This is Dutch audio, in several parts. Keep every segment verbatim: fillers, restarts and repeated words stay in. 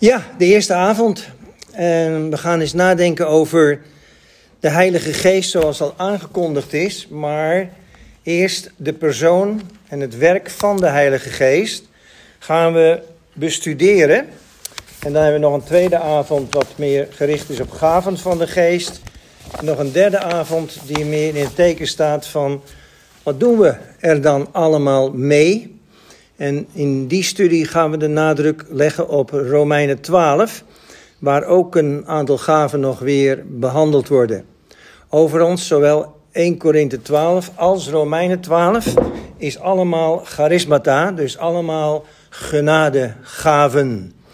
Ja, de eerste avond. En we gaan eens nadenken over de Heilige Geest zoals al aangekondigd is. Maar eerst de persoon en het werk van de Heilige Geest gaan we bestuderen. En dan hebben we nog een tweede avond wat meer gericht is op gaven van de Geest. En nog een derde avond die meer in het teken staat van wat doen we er dan allemaal mee. En in die studie gaan we de nadruk leggen op Romeinen twaalf, waar ook een aantal gaven nog weer behandeld worden. Overigens, zowel eerste Korinthe twaalf als Romeinen twaalf is allemaal charismata, dus allemaal genadegaven.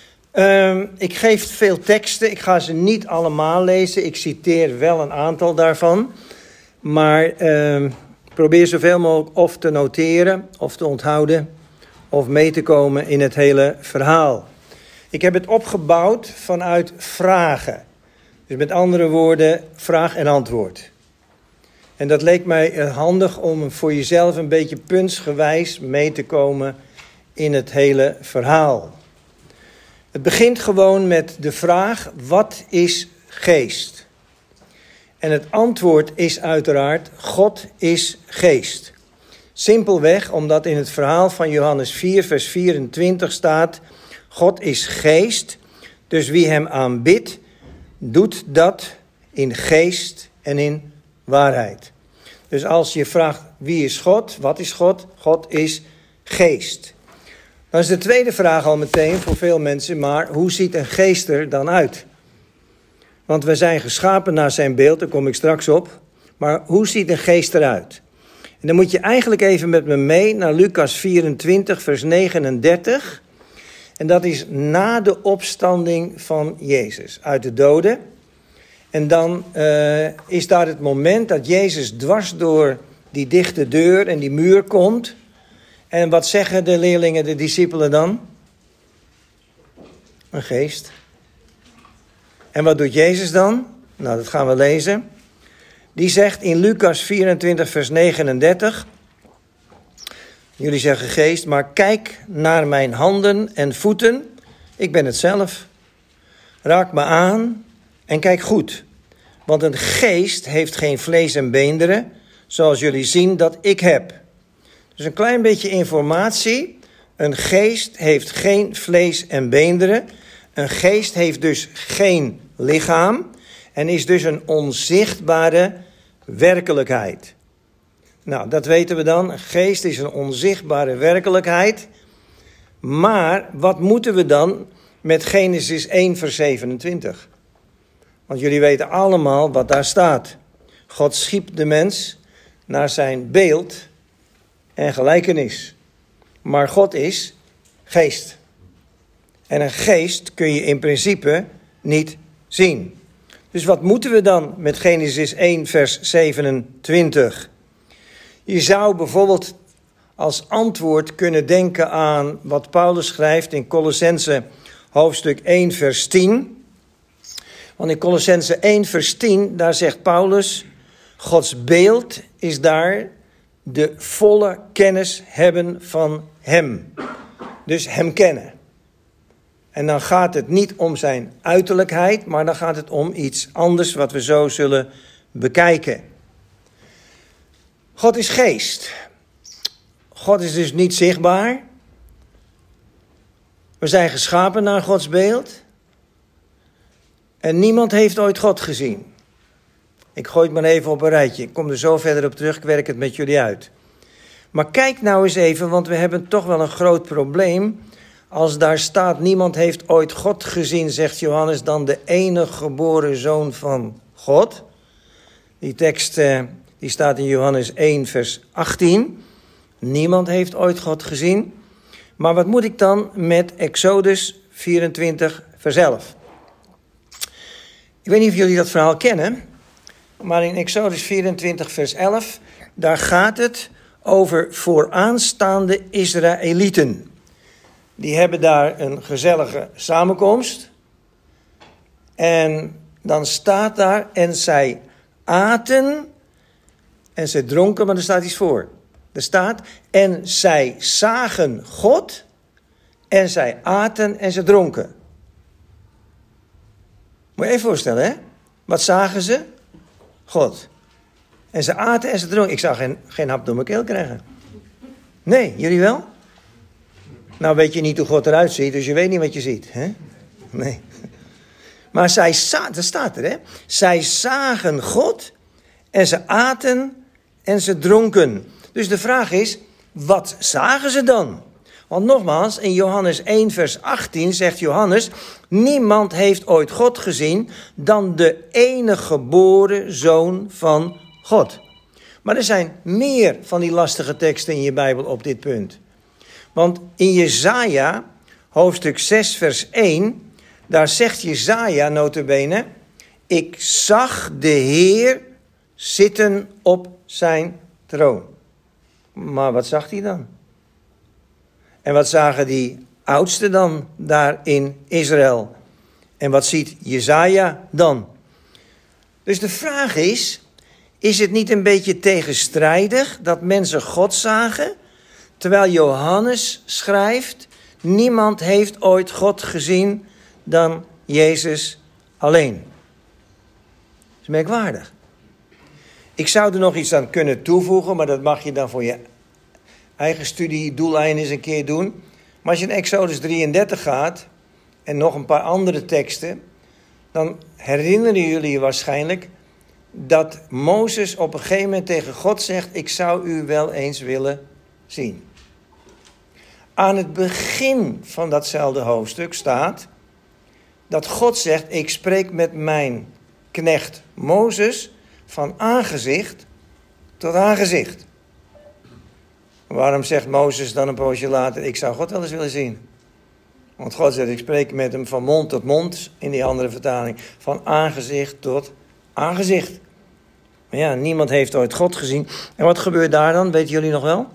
Uh, ik geef veel teksten, ik ga ze niet allemaal lezen, ik citeer wel een aantal daarvan. Maar uh, probeer zoveel mogelijk of te noteren, of te onthouden, of mee te komen in het hele verhaal. Ik heb het opgebouwd vanuit vragen. Dus met andere woorden, vraag en antwoord. En dat leek mij handig om voor jezelf een beetje puntsgewijs mee te komen in het hele verhaal. Het begint gewoon met de vraag, wat is geest? En het antwoord is uiteraard, God is geest. Simpelweg omdat in het verhaal van Johannes vier vers vierentwintig staat, God is geest, dus wie hem aanbidt, doet dat in geest en in waarheid. Dus als je vraagt, wie is God? Wat is God? God is geest. Dan is de tweede vraag al meteen voor veel mensen, maar hoe ziet een geest er dan uit? Want we zijn geschapen naar zijn beeld, daar kom ik straks op. Maar hoe ziet een geest eruit? En dan moet je eigenlijk even met me mee naar Lucas vierentwintig vers negenendertig. En dat is na de opstanding van Jezus uit de doden. En dan uh, is daar het moment dat Jezus dwars door die dichte deur en die muur komt. En wat zeggen de leerlingen, de discipelen dan? Een geest. En wat doet Jezus dan? Nou, dat gaan we lezen. Die zegt in Lucas vierentwintig vers negenendertig. Jullie zeggen geest, maar kijk naar mijn handen en voeten. Ik ben het zelf. Raak me aan en kijk goed. Want een geest heeft geen vlees en beenderen, zoals jullie zien dat ik heb. Dus een klein beetje informatie. Een geest heeft geen vlees en beenderen. Een geest heeft dus geen lichaam en is dus een onzichtbare werkelijkheid. Nou, dat weten we dan. Een geest is een onzichtbare werkelijkheid. Maar wat moeten we dan met Genesis één vers zevenentwintig? Want jullie weten allemaal wat daar staat. God schiep de mens naar zijn beeld en gelijkenis. Maar God is geest. En een geest kun je in principe niet zien. Dus wat moeten we dan met Genesis één vers zevenentwintig? Je zou bijvoorbeeld als antwoord kunnen denken aan wat Paulus schrijft in Kolossenzen hoofdstuk één vers tien. Want in Kolossenzen één vers tien, daar zegt Paulus, Gods beeld is daar de volle kennis hebben van hem. Dus hem kennen. En dan gaat het niet om zijn uiterlijkheid, maar dan gaat het om iets anders wat we zo zullen bekijken. God is geest. God is dus niet zichtbaar. We zijn geschapen naar Gods beeld. En niemand heeft ooit God gezien. Ik gooi het maar even op een rijtje. Ik kom er zo verder op terug, ik werk het met jullie uit. Maar kijk nou eens even, want we hebben toch wel een groot probleem. Als daar staat, niemand heeft ooit God gezien, zegt Johannes, dan de enige geboren zoon van God. Die tekst eh, die staat in Johannes één vers achttien. Niemand heeft ooit God gezien. Maar wat moet ik dan met Exodus vierentwintig vers elf? Ik weet niet of jullie dat verhaal kennen. Maar in Exodus vierentwintig vers elf, daar gaat het over vooraanstaande Israëlieten. Die hebben daar een gezellige samenkomst. En dan staat daar, en zij aten en ze dronken, maar er staat iets voor. Er staat, en zij zagen God en zij aten en ze dronken. Moet je even voorstellen, hè? Wat zagen ze? God. En ze aten en ze dronken. Ik zou geen, geen hap door mijn keel krijgen. Nee, jullie wel? Nou weet je niet hoe God eruit ziet, dus je weet niet wat je ziet. Hè? Nee. Maar zij zagen, dat staat er, hè? Zij zagen God en ze aten en ze dronken. Dus de vraag is, wat zagen ze dan? Want nogmaals, in Johannes één vers achttien zegt Johannes, niemand heeft ooit God gezien dan de enige geboren Zoon van God. Maar er zijn meer van die lastige teksten in je Bijbel op dit punt. Want in Jesaja, hoofdstuk zes vers één, daar zegt Jesaja nota bene, ik zag de Heer zitten op zijn troon. Maar wat zag hij dan? En wat zagen die oudsten dan daar in Israël? En wat ziet Jesaja dan? Dus de vraag is, is het niet een beetje tegenstrijdig dat mensen God zagen, terwijl Johannes schrijft, niemand heeft ooit God gezien dan Jezus alleen. Dat is merkwaardig. Ik zou er nog iets aan kunnen toevoegen, maar dat mag je dan voor je eigen studie doeleinden eens een keer doen. Maar als je in Exodus drieëndertig gaat en nog een paar andere teksten, dan herinneren jullie je waarschijnlijk dat Mozes op een gegeven moment tegen God zegt, ik zou u wel eens willen zien. Aan het begin van datzelfde hoofdstuk staat dat God zegt, ik spreek met mijn knecht Mozes van aangezicht tot aangezicht. Waarom zegt Mozes dan een poosje later, ik zou God wel eens willen zien? Want God zegt, ik spreek met hem van mond tot mond, in die andere vertaling, van aangezicht tot aangezicht. Maar ja, niemand heeft ooit God gezien. En wat gebeurt daar dan, weten jullie nog wel?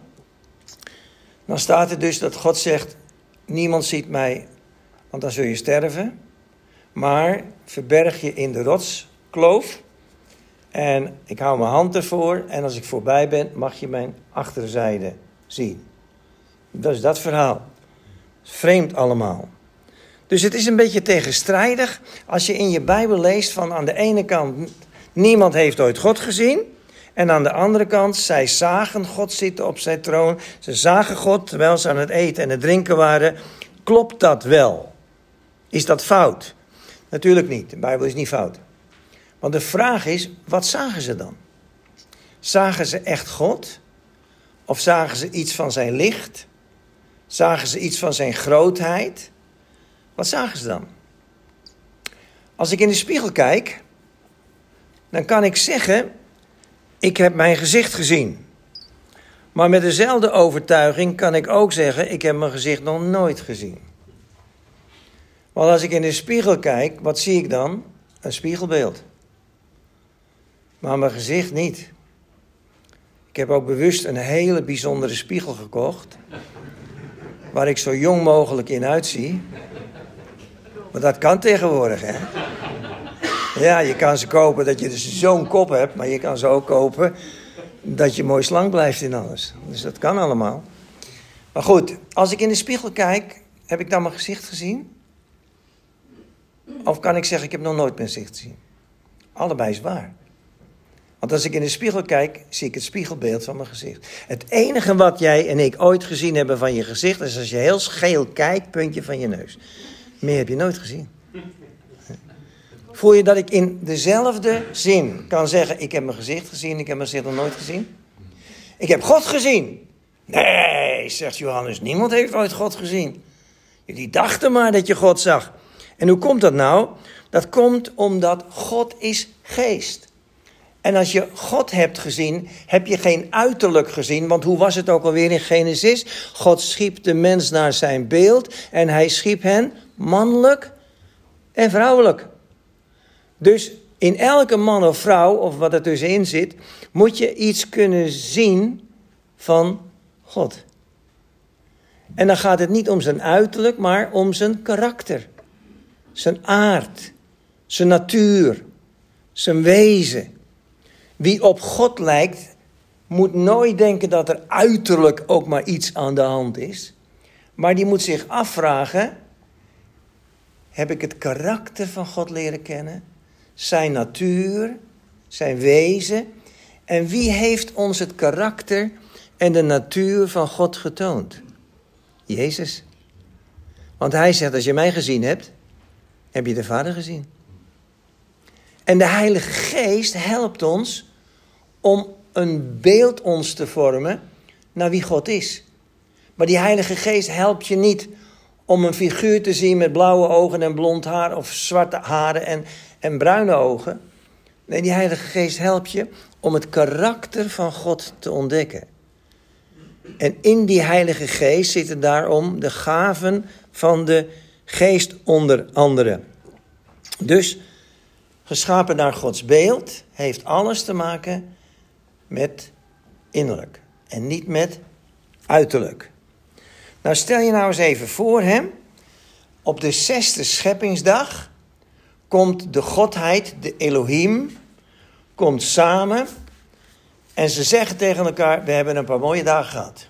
Dan staat er dus dat God zegt, niemand ziet mij, want dan zul je sterven. Maar verberg je in de rotskloof. En ik hou mijn hand ervoor. En als ik voorbij ben, mag je mijn achterzijde zien. Dat is dat verhaal. Vreemd allemaal. Dus het is een beetje tegenstrijdig als je in je Bijbel leest van aan de ene kant, niemand heeft ooit God gezien. En aan de andere kant, zij zagen God zitten op zijn troon. Ze zagen God terwijl ze aan het eten en het drinken waren. Klopt dat wel? Is dat fout? Natuurlijk niet. De Bijbel is niet fout. Want de vraag is, wat zagen ze dan? Zagen ze echt God? Of zagen ze iets van zijn licht? Zagen ze iets van zijn grootheid? Wat zagen ze dan? Als ik in de spiegel kijk, dan kan ik zeggen, ik heb mijn gezicht gezien. Maar met dezelfde overtuiging kan ik ook zeggen, ik heb mijn gezicht nog nooit gezien. Want als ik in de spiegel kijk, wat zie ik dan? Een spiegelbeeld. Maar mijn gezicht niet. Ik heb ook bewust een hele bijzondere spiegel gekocht, waar ik zo jong mogelijk in uitzie. Maar dat kan tegenwoordig, hè? Ja, je kan ze kopen dat je dus zo'n kop hebt, maar je kan ze ook kopen dat je mooi slank blijft in alles. Dus dat kan allemaal. Maar goed, als ik in de spiegel kijk, heb ik dan mijn gezicht gezien? Of kan ik zeggen, ik heb nog nooit mijn gezicht gezien? Allebei is waar. Want als ik in de spiegel kijk, zie ik het spiegelbeeld van mijn gezicht. Het enige wat jij en ik ooit gezien hebben van je gezicht, is als je heel scheel kijkt, puntje van je neus. Meer heb je nooit gezien. Voel je dat ik in dezelfde zin kan zeggen, ik heb mijn gezicht gezien, ik heb mijn gezicht nog nooit gezien? Ik heb God gezien. Nee, zegt Johannes, niemand heeft ooit God gezien. Jullie dachten maar dat je God zag. En hoe komt dat nou? Dat komt omdat God is geest. En als je God hebt gezien, heb je geen uiterlijk gezien. Want hoe was het ook alweer in Genesis? God schiep de mens naar zijn beeld en hij schiep hen mannelijk en vrouwelijk. Dus in elke man of vrouw, of wat er tussenin zit, moet je iets kunnen zien van God. En dan gaat het niet om zijn uiterlijk, maar om zijn karakter. Zijn aard, zijn natuur, zijn wezen. Wie op God lijkt, moet nooit denken dat er uiterlijk ook maar iets aan de hand is. Maar die moet zich afvragen, heb ik het karakter van God leren kennen. Zijn natuur, zijn wezen. En wie heeft ons het karakter en de natuur van God getoond? Jezus. Want hij zegt, als je mij gezien hebt, heb je de Vader gezien. En de Heilige Geest helpt ons om een beeld ons te vormen naar wie God is. Maar die Heilige Geest helpt je niet om een figuur te zien met blauwe ogen en blond haar of zwarte haren en, en bruine ogen. Nee, die Heilige Geest helpt je om het karakter van God te ontdekken. En in die Heilige Geest zitten daarom de gaven van de Geest onder andere. Dus geschapen naar Gods beeld heeft alles te maken met innerlijk en niet met uiterlijk. Nou, stel je nou eens even voor, hè? Op de zesde scheppingsdag komt de Godheid, de Elohim, komt samen en ze zeggen tegen elkaar, we hebben een paar mooie dagen gehad.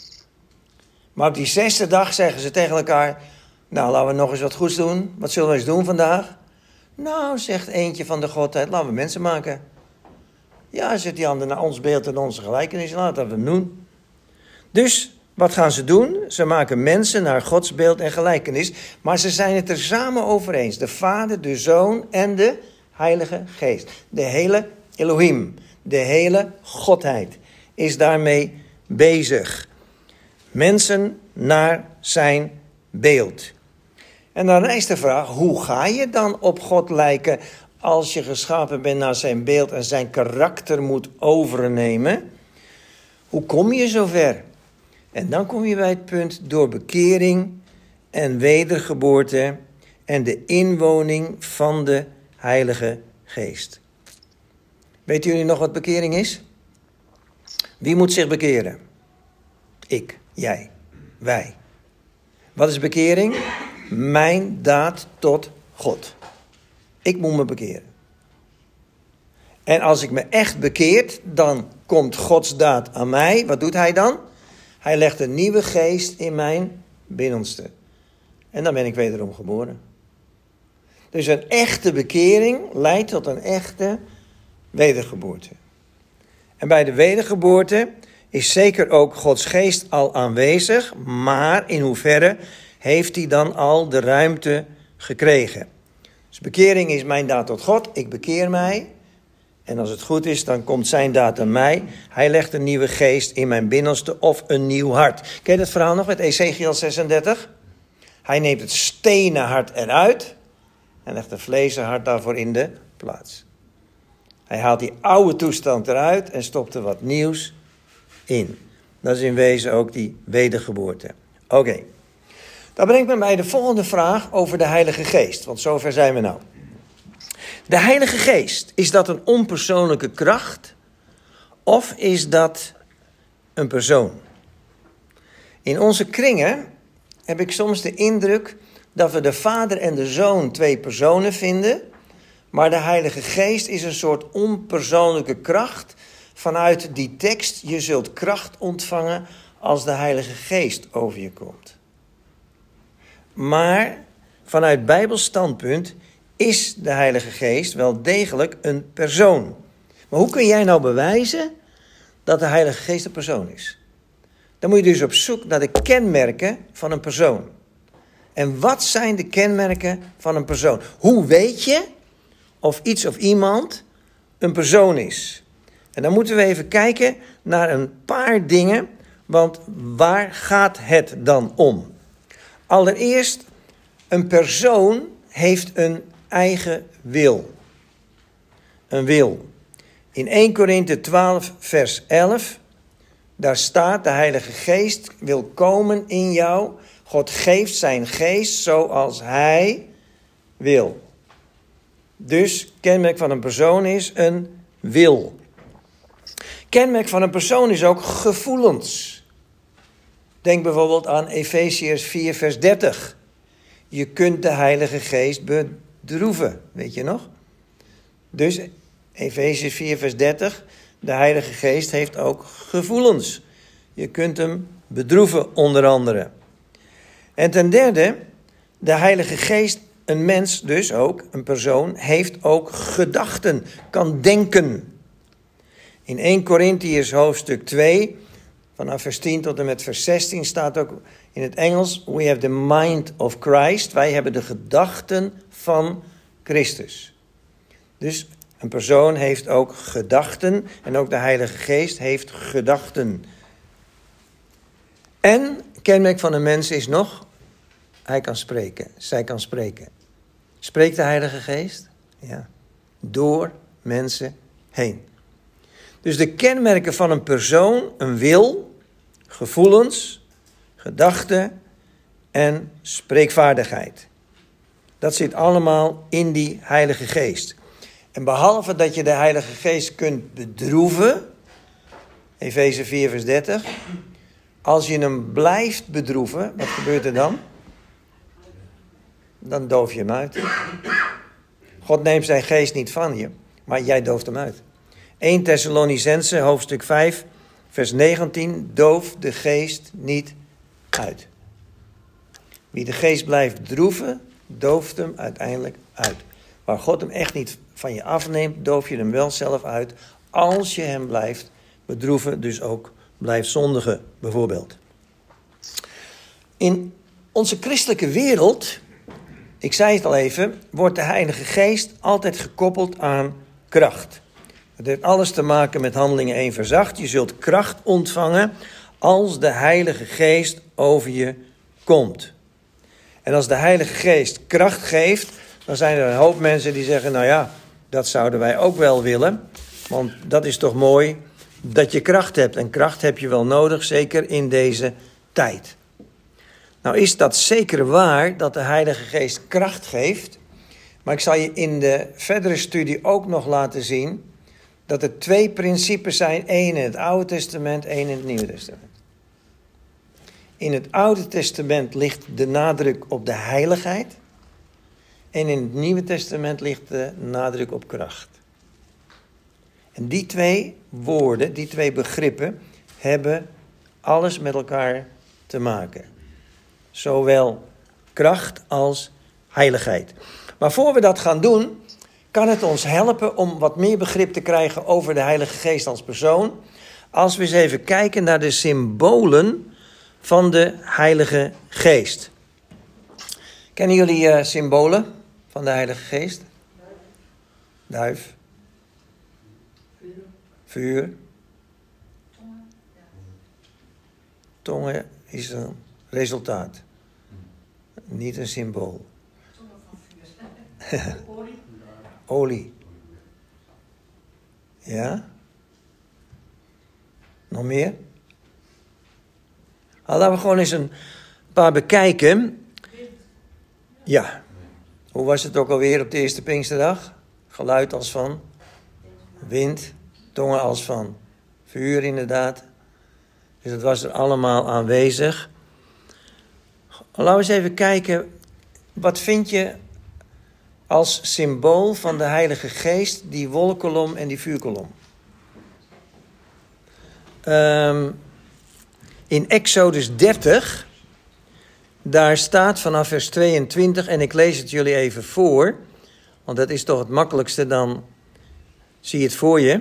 Maar op die zesde dag zeggen ze tegen elkaar, nou, laten we nog eens wat goeds doen. Wat zullen we eens doen vandaag? Nou, zegt eentje van de Godheid, laten we mensen maken. Ja, zegt die ander, naar ons beeld en onze gelijkenis, laten we hem doen. Dus, wat gaan ze doen? Ze maken mensen naar Gods beeld en gelijkenis, maar ze zijn het er samen over eens. De Vader, de Zoon en de Heilige Geest. De hele Elohim, de hele Godheid is daarmee bezig. Mensen naar zijn beeld. En dan rijst de vraag, hoe ga je dan op God lijken als je geschapen bent naar zijn beeld en zijn karakter moet overnemen? Hoe kom je zover? En dan kom je bij het punt door bekering en wedergeboorte en de inwoning van de Heilige Geest. Weten jullie nog wat bekering is? Wie moet zich bekeren? Ik, jij, wij. Wat is bekering? Mijn daad tot God. Ik moet me bekeren. En als ik me echt bekeert, dan komt Gods daad aan mij. Wat doet hij dan? Hij legt een nieuwe geest in mijn binnenste. En dan ben ik wederom geboren. Dus een echte bekering leidt tot een echte wedergeboorte. En bij de wedergeboorte is zeker ook Gods geest al aanwezig, maar in hoeverre heeft hij dan al de ruimte gekregen? Dus bekering is mijn daad tot God, ik bekeer mij. En als het goed is, dan komt zijn daad aan mij. Hij legt een nieuwe geest in mijn binnenste of een nieuw hart. Ken je dat verhaal nog met Ezechiel zesendertig? Hij neemt het stenen hart eruit en legt een vlezen hart daarvoor in de plaats. Hij haalt die oude toestand eruit en stopt er wat nieuws in. Dat is in wezen ook die wedergeboorte. Oké, okay. Dat brengt me bij de volgende vraag over de Heilige Geest. Want zover zijn we nou. De Heilige Geest, is dat een onpersoonlijke kracht of is dat een persoon? In onze kringen heb ik soms de indruk dat we de Vader en de Zoon twee personen vinden, maar de Heilige Geest is een soort onpersoonlijke kracht vanuit die tekst. Je zult kracht ontvangen als de Heilige Geest over je komt. Maar vanuit Bijbels standpunt is de Heilige Geest wel degelijk een persoon. Maar hoe kun jij nou bewijzen dat de Heilige Geest een persoon is? Dan moet je dus op zoek naar de kenmerken van een persoon. En wat zijn de kenmerken van een persoon? Hoe weet je of iets of iemand een persoon is? En dan moeten we even kijken naar een paar dingen, want waar gaat het dan om? Allereerst, een persoon heeft een eigen wil. Een wil. In eerste Korinthe twaalf vers elf, daar staat: de Heilige Geest wil komen in jou. God geeft zijn geest zoals hij wil. Dus kenmerk van een persoon is een wil. Kenmerk van een persoon is ook gevoelens. Denk bijvoorbeeld aan Efeziërs vier vers dertig. Je kunt de Heilige Geest bedroeven, weet je nog? Dus Efeziërs vier vers dertig, de Heilige Geest heeft ook gevoelens. Je kunt hem bedroeven onder andere. En ten derde, de Heilige Geest een mens dus ook, een persoon, heeft ook gedachten, kan denken. In eerste Korintiërs hoofdstuk twee, vanaf vers tien tot en met vers zestien staat ook in het Engels: We have the mind of Christ. Wij hebben de gedachten van Christus. Dus een persoon heeft ook gedachten en ook de Heilige Geest heeft gedachten. En kenmerk van een mens is nog, hij kan spreken, zij kan spreken. Spreekt de Heilige Geest? Ja. Door mensen heen. Dus de kenmerken van een persoon, een wil, gevoelens, gedachten en spreekvaardigheid. Dat zit allemaal in die Heilige Geest. En behalve dat je de Heilige Geest kunt bedroeven, Efeze vier vers dertig, als je hem blijft bedroeven, wat gebeurt er dan? Dan doof je hem uit. God neemt zijn geest niet van je, maar jij dooft hem uit. eerste Thessalonicenzen hoofdstuk vijf vers negentien, doof de geest niet uit. Wie de geest blijft bedroeven, dooft hem uiteindelijk uit. Waar God hem echt niet van je afneemt, doof je hem wel zelf uit. Als je hem blijft bedroeven, dus ook blijft zondigen bijvoorbeeld. In onze christelijke wereld, ik zei het al even, wordt de Heilige Geest altijd gekoppeld aan kracht. Het heeft alles te maken met Handelingen één vers acht. Je zult kracht ontvangen als de Heilige Geest over je komt. En als de Heilige Geest kracht geeft, dan zijn er een hoop mensen die zeggen, nou ja, dat zouden wij ook wel willen. Want dat is toch mooi dat je kracht hebt. En kracht heb je wel nodig, zeker in deze tijd. Nou is dat zeker waar dat de Heilige Geest kracht geeft. Maar ik zal je in de verdere studie ook nog laten zien dat er twee principes zijn. één in het Oude Testament, één in het Nieuwe Testament. In het Oude Testament ligt de nadruk op de heiligheid. En in het Nieuwe Testament ligt de nadruk op kracht. En die twee woorden, die twee begrippen, hebben alles met elkaar te maken. Zowel kracht als heiligheid. Maar voor we dat gaan doen, kan het ons helpen om wat meer begrip te krijgen over de Heilige Geest als persoon. Als we eens even kijken naar de symbolen van de Heilige Geest. Kennen jullie uh, symbolen van de Heilige Geest? Duif. Vuur. Tongen is een resultaat. Niet een symbool. Olie. Ja? Nog meer? Nou, laten we gewoon eens een paar bekijken. Ja. Hoe was het ook alweer op de eerste Pinksterdag? Geluid als van wind. Tongen als van vuur inderdaad. Dus dat was er allemaal aanwezig. Laten we eens even kijken. Wat vind je als symbool van de Heilige Geest, die wolkolom en die vuurkolom? Um, in Exodus dertig, daar staat vanaf vers tweeëntwintig, en ik lees het jullie even voor, want dat is toch het makkelijkste, dan zie je het voor je.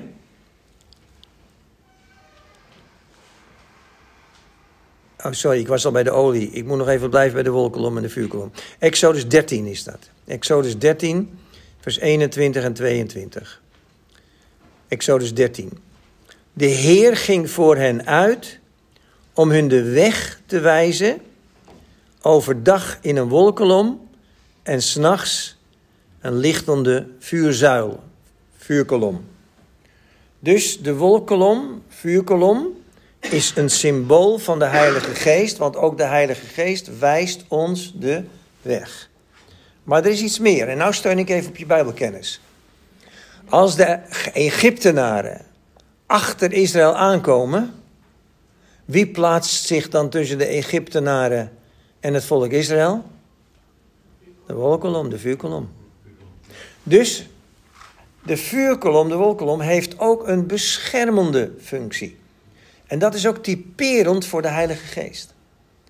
Oh, sorry, ik was al bij de olie. Ik moet nog even blijven bij de wolkolom en de vuurkolom. Exodus dertien is dat. Exodus dertien, vers eenentwintig en tweeëntwintig. Exodus dertien. De Heer ging voor hen uit om hun de weg te wijzen, overdag in een wolkolom en 's nachts een lichtende vuurzuil, vuurkolom. Dus de wolkolom, vuurkolom, is een symbool van de Heilige Geest, want ook de Heilige Geest wijst ons de weg. Maar er is iets meer, en nou steun ik even op je Bijbelkennis. Als de Egyptenaren achter Israël aankomen, wie plaatst zich dan tussen de Egyptenaren en het volk Israël? De wolkolom, de vuurkolom. Dus de vuurkolom, de wolkolom, heeft ook een beschermende functie. En dat is ook typerend voor de Heilige Geest.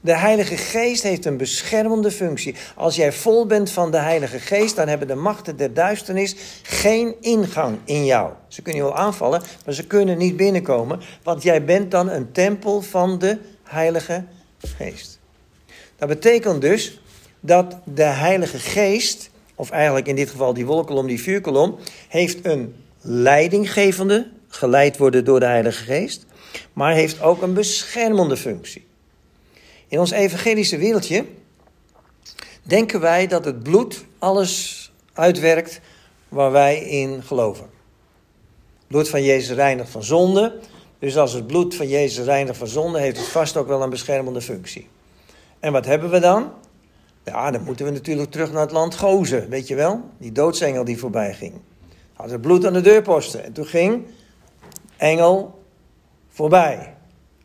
De Heilige Geest heeft een beschermende functie. Als jij vol bent van de Heilige Geest, dan hebben de machten der duisternis geen ingang in jou. Ze kunnen je wel aanvallen, maar ze kunnen niet binnenkomen, want jij bent dan een tempel van de Heilige Geest. Dat betekent dus dat de Heilige Geest, of eigenlijk in dit geval die wolkolom, die vuurkolom, heeft een leidinggevende, geleid worden door de Heilige Geest, maar heeft ook een beschermende functie. In ons evangelische wereldje denken wij dat het bloed alles uitwerkt waar wij in geloven. Het bloed van Jezus reinigt van zonde. Dus als het bloed van Jezus reinigt van zonde, heeft het vast ook wel een beschermende functie. En wat hebben we dan? Ja, dan moeten we natuurlijk terug naar het land Gozen, weet je wel? Die doodsengel die voorbij ging. Had het bloed aan de deurposten. En toen ging engel voorbij.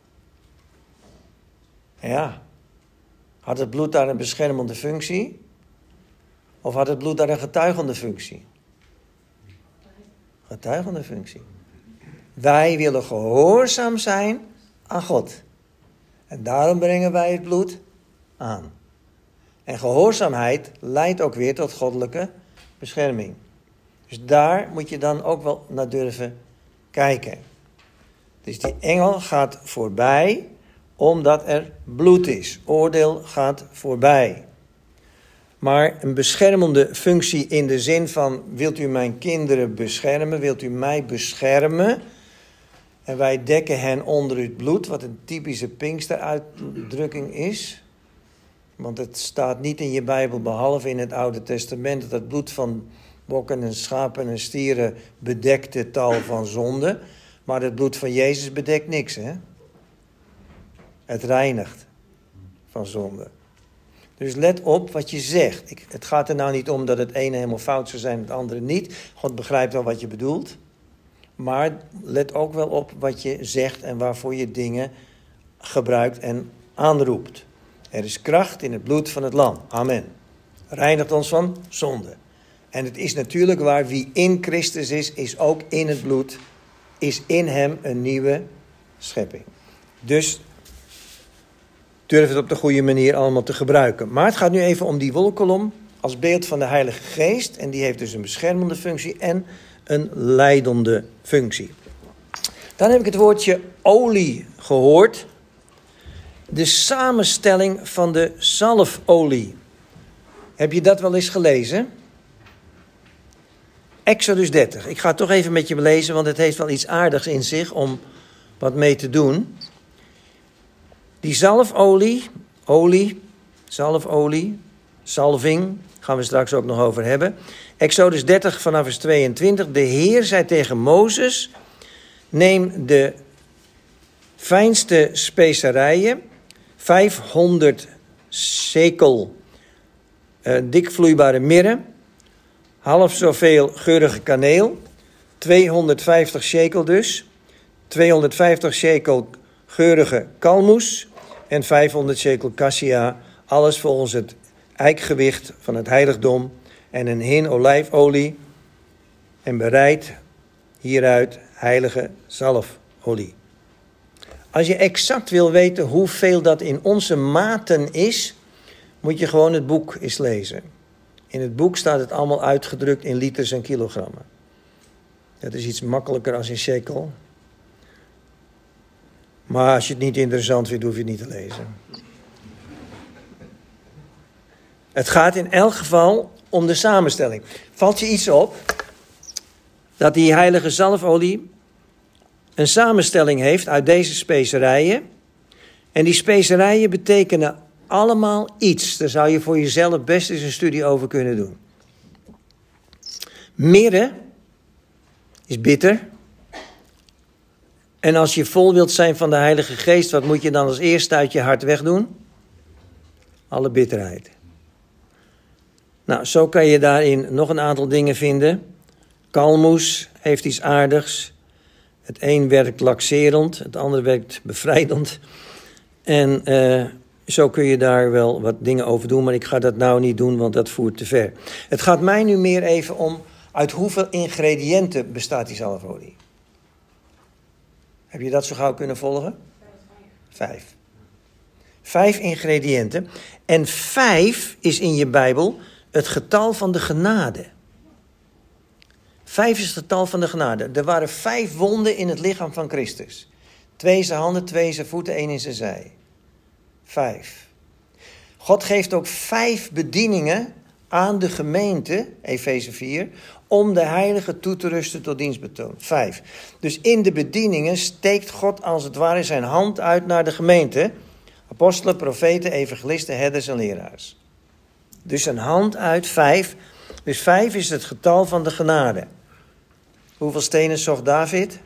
Ja. Had het bloed daar een beschermende functie? Of had het bloed daar een getuigende functie? Getuigende functie. Wij willen gehoorzaam zijn aan God. En daarom brengen wij het bloed aan. En gehoorzaamheid leidt ook weer tot goddelijke bescherming. Dus daar moet je dan ook wel naar durven kijken. Dus die engel gaat voorbij omdat er bloed is. Oordeel gaat voorbij. Maar een beschermende functie in de zin van, wilt u mijn kinderen beschermen? Wilt u mij beschermen? En wij dekken hen onder het bloed, wat een typische Pinksteruitdrukking is. Want het staat niet in je Bijbel, behalve in het Oude Testament, dat het bloed van bokken en schapen en stieren bedekt de tal van zonde. Maar het bloed van Jezus bedekt niks, hè? Het reinigt van zonde. Dus let op wat je zegt. Ik, het gaat er nou niet om dat het ene helemaal fout zou zijn en het andere niet. God begrijpt wel wat je bedoelt. Maar let ook wel op wat je zegt en waarvoor je dingen gebruikt en aanroept. Er is kracht in het bloed van het lam. Amen. Reinigt ons van zonde. En het is natuurlijk waar, wie in Christus is, is ook in het bloed, is in hem een nieuwe schepping. Dus durf het op de goede manier allemaal te gebruiken. Maar het gaat nu even om die wolkolom als beeld van de Heilige Geest. En die heeft dus een beschermende functie en een leidende functie. Dan heb ik het woordje olie gehoord. De samenstelling van de zalfolie. Heb je dat wel eens gelezen? Exodus dertig. Ik ga het toch even met je belezen, want het heeft wel iets aardigs in zich om wat mee te doen. Die zalfolie, olie, zalfolie, salving, gaan we straks ook nog over hebben. Exodus dertig vanaf vers tweeëntwintig. De Heer zei tegen Mozes, neem de fijnste specerijen, vijfhonderd shekel uh, dikvloeibare mirre, half zoveel geurige kaneel, tweehonderdvijftig shekel dus, tweehonderdvijftig shekel geurige kalmoes en vijfhonderd shekel cassia, alles volgens het eikgewicht van het heiligdom, en een hin olijfolie en bereid hieruit heilige zalfolie. Als je exact wil weten hoeveel dat in onze maten is, moet je gewoon het boek eens lezen. In het boek staat het allemaal uitgedrukt in liters en kilogrammen. Dat is iets makkelijker als in shekel. Maar als je het niet interessant vindt, hoef je het niet te lezen. Het gaat in elk geval om de samenstelling. Valt je iets op dat die heilige zalfolie een samenstelling heeft uit deze specerijen. En die specerijen betekenen allemaal iets. Daar zou je voor jezelf best eens een studie over kunnen doen. Mirre is bitter. En als je vol wilt zijn van de Heilige Geest, wat moet je dan als eerste uit je hart wegdoen? Alle bitterheid. Nou, zo kan je daarin nog een aantal dingen vinden. Kalmoes heeft iets aardigs. Het een werkt laxerend, het ander werkt bevrijdend. En uh, zo kun je daar wel wat dingen over doen, maar ik ga dat nou niet doen, want dat voert te ver. Het gaat mij nu meer even om, uit hoeveel ingrediënten bestaat die zalfolie? Heb je dat zo gauw kunnen volgen? Vijf. Vijf ingrediënten. En vijf is in je Bijbel het getal van de genade. Vijf is het getal van de genade. Er waren vijf wonden in het lichaam van Christus. Twee in zijn handen, twee in zijn voeten, één in zijn zij. Vijf. God geeft ook vijf bedieningen aan de gemeente, Efeze vier, om de heilige toe te rusten tot dienstbetoon. Vijf. Dus in de bedieningen steekt God als het ware zijn hand uit naar de gemeente. Apostelen, profeten, evangelisten, herders en leraars. Dus een hand uit, vijf. Dus vijf is het getal van de genade. Hoeveel stenen zocht David?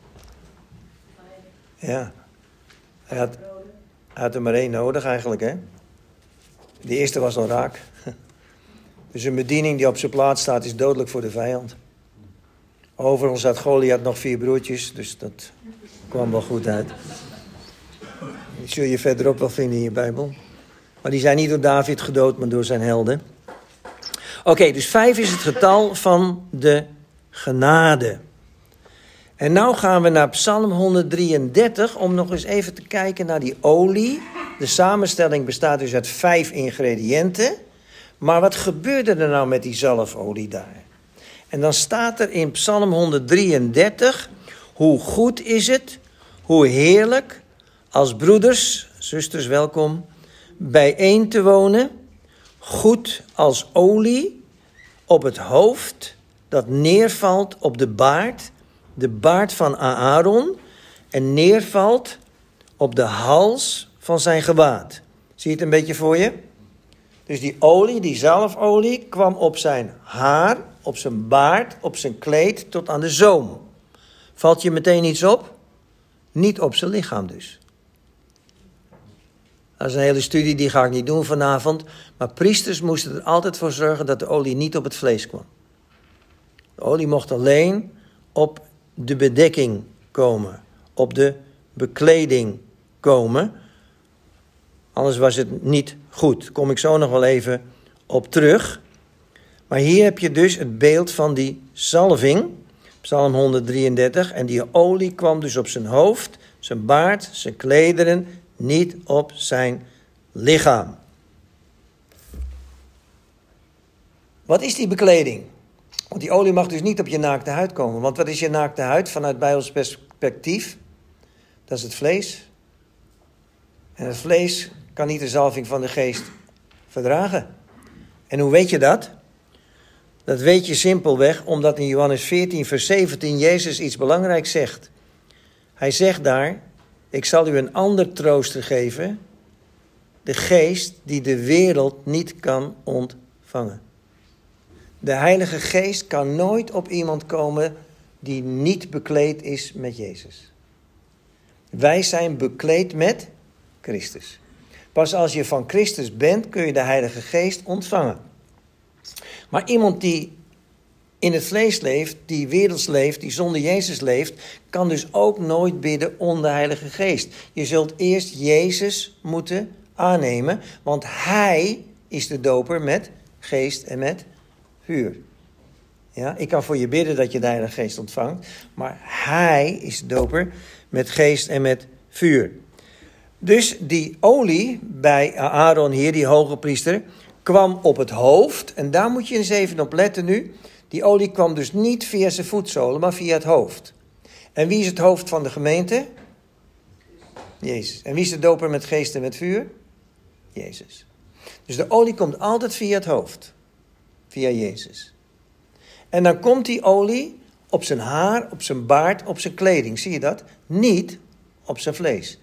Ja. Hij had, hij had er maar één nodig eigenlijk, hè. De eerste was al raak. Dus een bediening die op zijn plaats staat is dodelijk voor de vijand. Overigens had Goliath nog vier broertjes, dus dat kwam wel goed uit. Die zul je verderop wel vinden in je Bijbel. Maar die zijn niet door David gedood, maar door zijn helden. Oké, okay, dus vijf is het getal van de genade. En nou gaan we naar Psalm honderddrieëndertig om nog eens even te kijken naar die olie. De samenstelling bestaat dus uit vijf ingrediënten. Maar wat gebeurde er nou met die zalfolie daar? En dan staat er in Psalm honderddrieëndertig, hoe goed is het, hoe heerlijk, als broeders, zusters welkom, bijeen te wonen, goed als olie op het hoofd, dat neervalt op de baard, de baard van Aaron, en neervalt op de hals van zijn gewaad. Zie je het een beetje voor je? Dus die olie, die zalfolie, kwam op zijn haar, op zijn baard, op zijn kleed, tot aan de zoom. Valt je meteen iets op? Niet op zijn lichaam dus. Dat is een hele studie, die ga ik niet doen vanavond. Maar priesters moesten er altijd voor zorgen dat de olie niet op het vlees kwam. De olie mocht alleen op de bedekking komen. Op de bekleding komen. Anders was het niet goed. Daar kom ik zo nog wel even op terug. Maar hier heb je dus het beeld van die zalving. Psalm honderddrieëndertig. En die olie kwam dus op zijn hoofd, zijn baard, zijn klederen, niet op zijn lichaam. Wat is die bekleding? Want die olie mag dus niet op je naakte huid komen. Want wat is je naakte huid vanuit Bijbels perspectief? Dat is het vlees. En het vlees kan niet de zalving van de geest verdragen. En hoe weet je dat? Dat weet je simpelweg omdat in Johannes veertien vers zeventien Jezus iets belangrijks zegt. Hij zegt daar, ik zal u een ander trooster geven, de geest die de wereld niet kan ontvangen. De Heilige Geest kan nooit op iemand komen die niet bekleed is met Jezus. Wij zijn bekleed met Christus. Pas als je van Christus bent, kun je de Heilige Geest ontvangen. Maar iemand die in het vlees leeft, die werelds leeft, die zonder Jezus leeft, kan dus ook nooit bidden om de Heilige Geest. Je zult eerst Jezus moeten aannemen, want Hij is de doper met geest en met vuur. Ja, ik kan voor je bidden dat je de Heilige Geest ontvangt, maar Hij is de doper met geest en met vuur. Dus die olie bij Aaron hier, die hoge priester, kwam op het hoofd. En daar moet je eens even op letten nu. Die olie kwam dus niet via zijn voetzolen, maar via het hoofd. En wie is het hoofd van de gemeente? Jezus. En wie is de doper met geest en met vuur? Jezus. Dus de olie komt altijd via het hoofd. Via Jezus. En dan komt die olie op zijn haar, op zijn baard, op zijn kleding. Zie je dat? Niet op zijn vlees.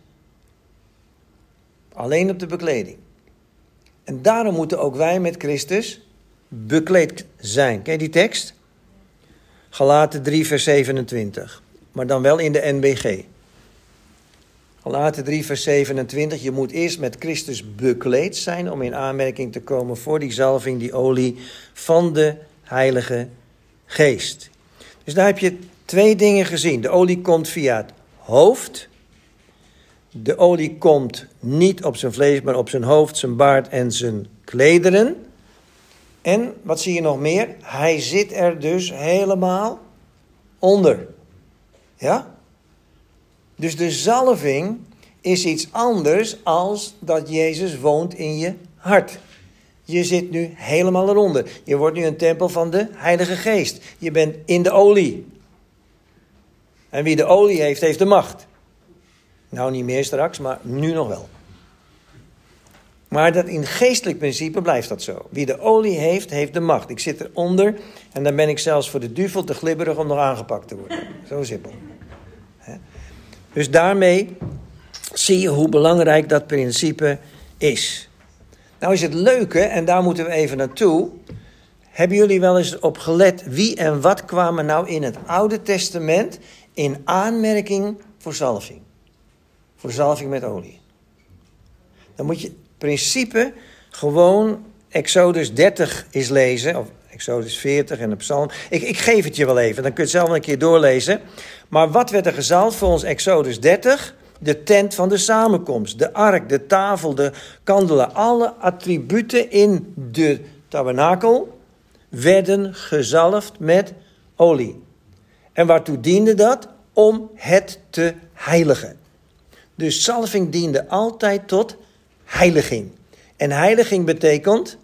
Alleen op de bekleding. En daarom moeten ook wij met Christus bekleed zijn. Ken je die tekst? Galaten drie vers zevenentwintig. Maar dan wel in de N B G. Galaten drie vers zevenentwintig. Je moet eerst met Christus bekleed zijn om in aanmerking te komen voor die zalving, die olie van de Heilige Geest. Dus daar heb je twee dingen gezien. De olie komt via het hoofd. De olie komt niet op zijn vlees, maar op zijn hoofd, zijn baard en zijn klederen. En, wat zie je nog meer? Hij zit er dus helemaal onder. Ja? Dus de zalving is iets anders als dat Jezus woont in je hart. Je zit nu helemaal eronder. Je wordt nu een tempel van de Heilige Geest. Je bent in de olie. En wie de olie heeft, heeft de macht. Nou, niet meer straks, maar nu nog wel. Maar dat in geestelijk principe blijft dat zo. Wie de olie heeft, heeft de macht. Ik zit eronder en dan ben ik zelfs voor de duivel te glibberig om nog aangepakt te worden. Zo simpel. Dus daarmee zie je hoe belangrijk dat principe is. Nou is het leuke, en daar moeten we even naartoe. Hebben jullie wel eens op gelet wie en wat kwamen nou in het Oude Testament in aanmerking voor zalving? Voor zalving met olie. Dan moet je in principe gewoon Exodus dertig eens lezen. Of Exodus veertig en de psalm. Ik, ik geef het je wel even, dan kun je het zelf een keer doorlezen. Maar wat werd er gezalfd volgens Exodus dertig? De tent van de samenkomst, de ark, de tafel, de kandelen. Alle attributen in de tabernakel werden gezalfd met olie. En waartoe diende dat? Om het te heiligen. Dus zalving diende altijd tot heiliging. En heiliging betekent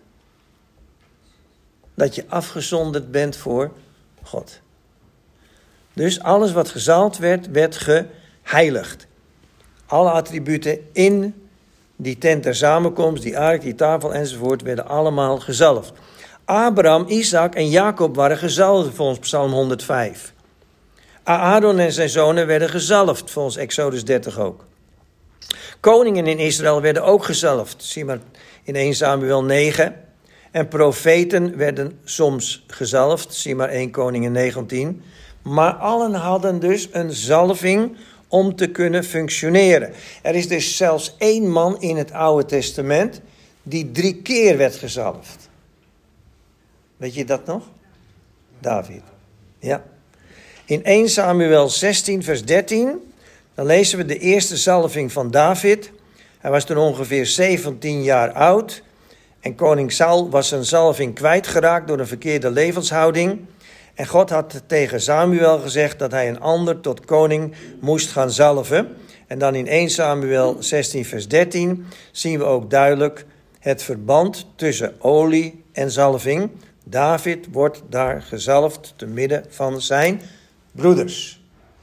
dat je afgezonderd bent voor God. Dus alles wat gezalfd werd, werd geheiligd. Alle attributen in die tent der samenkomst, die ark, die tafel enzovoort, werden allemaal gezalfd. Abraham, Isaac en Jacob waren gezalfd volgens Psalm honderdvijf. Aaron en zijn zonen werden gezalfd volgens Exodus dertig ook. Koningen in Israël werden ook gezalfd. Zie maar in eerste Samuel negen. En profeten werden soms gezalfd. Zie maar eerste Koningen negentien. Maar allen hadden dus een zalving om te kunnen functioneren. Er is dus zelfs één man in het Oude Testament die drie keer werd gezalfd. Weet je dat nog? David. Ja. In eerste Samuel zestien vers dertien, dan lezen we de eerste zalving van David. Hij was toen ongeveer zeventien jaar oud. En koning Saul was zijn zalving kwijtgeraakt door een verkeerde levenshouding. En God had tegen Samuel gezegd dat hij een ander tot koning moest gaan zalven. En dan in eerste Samuel zestien vers dertien zien we ook duidelijk het verband tussen olie en zalving. David wordt daar gezalfd te midden van zijn broeders.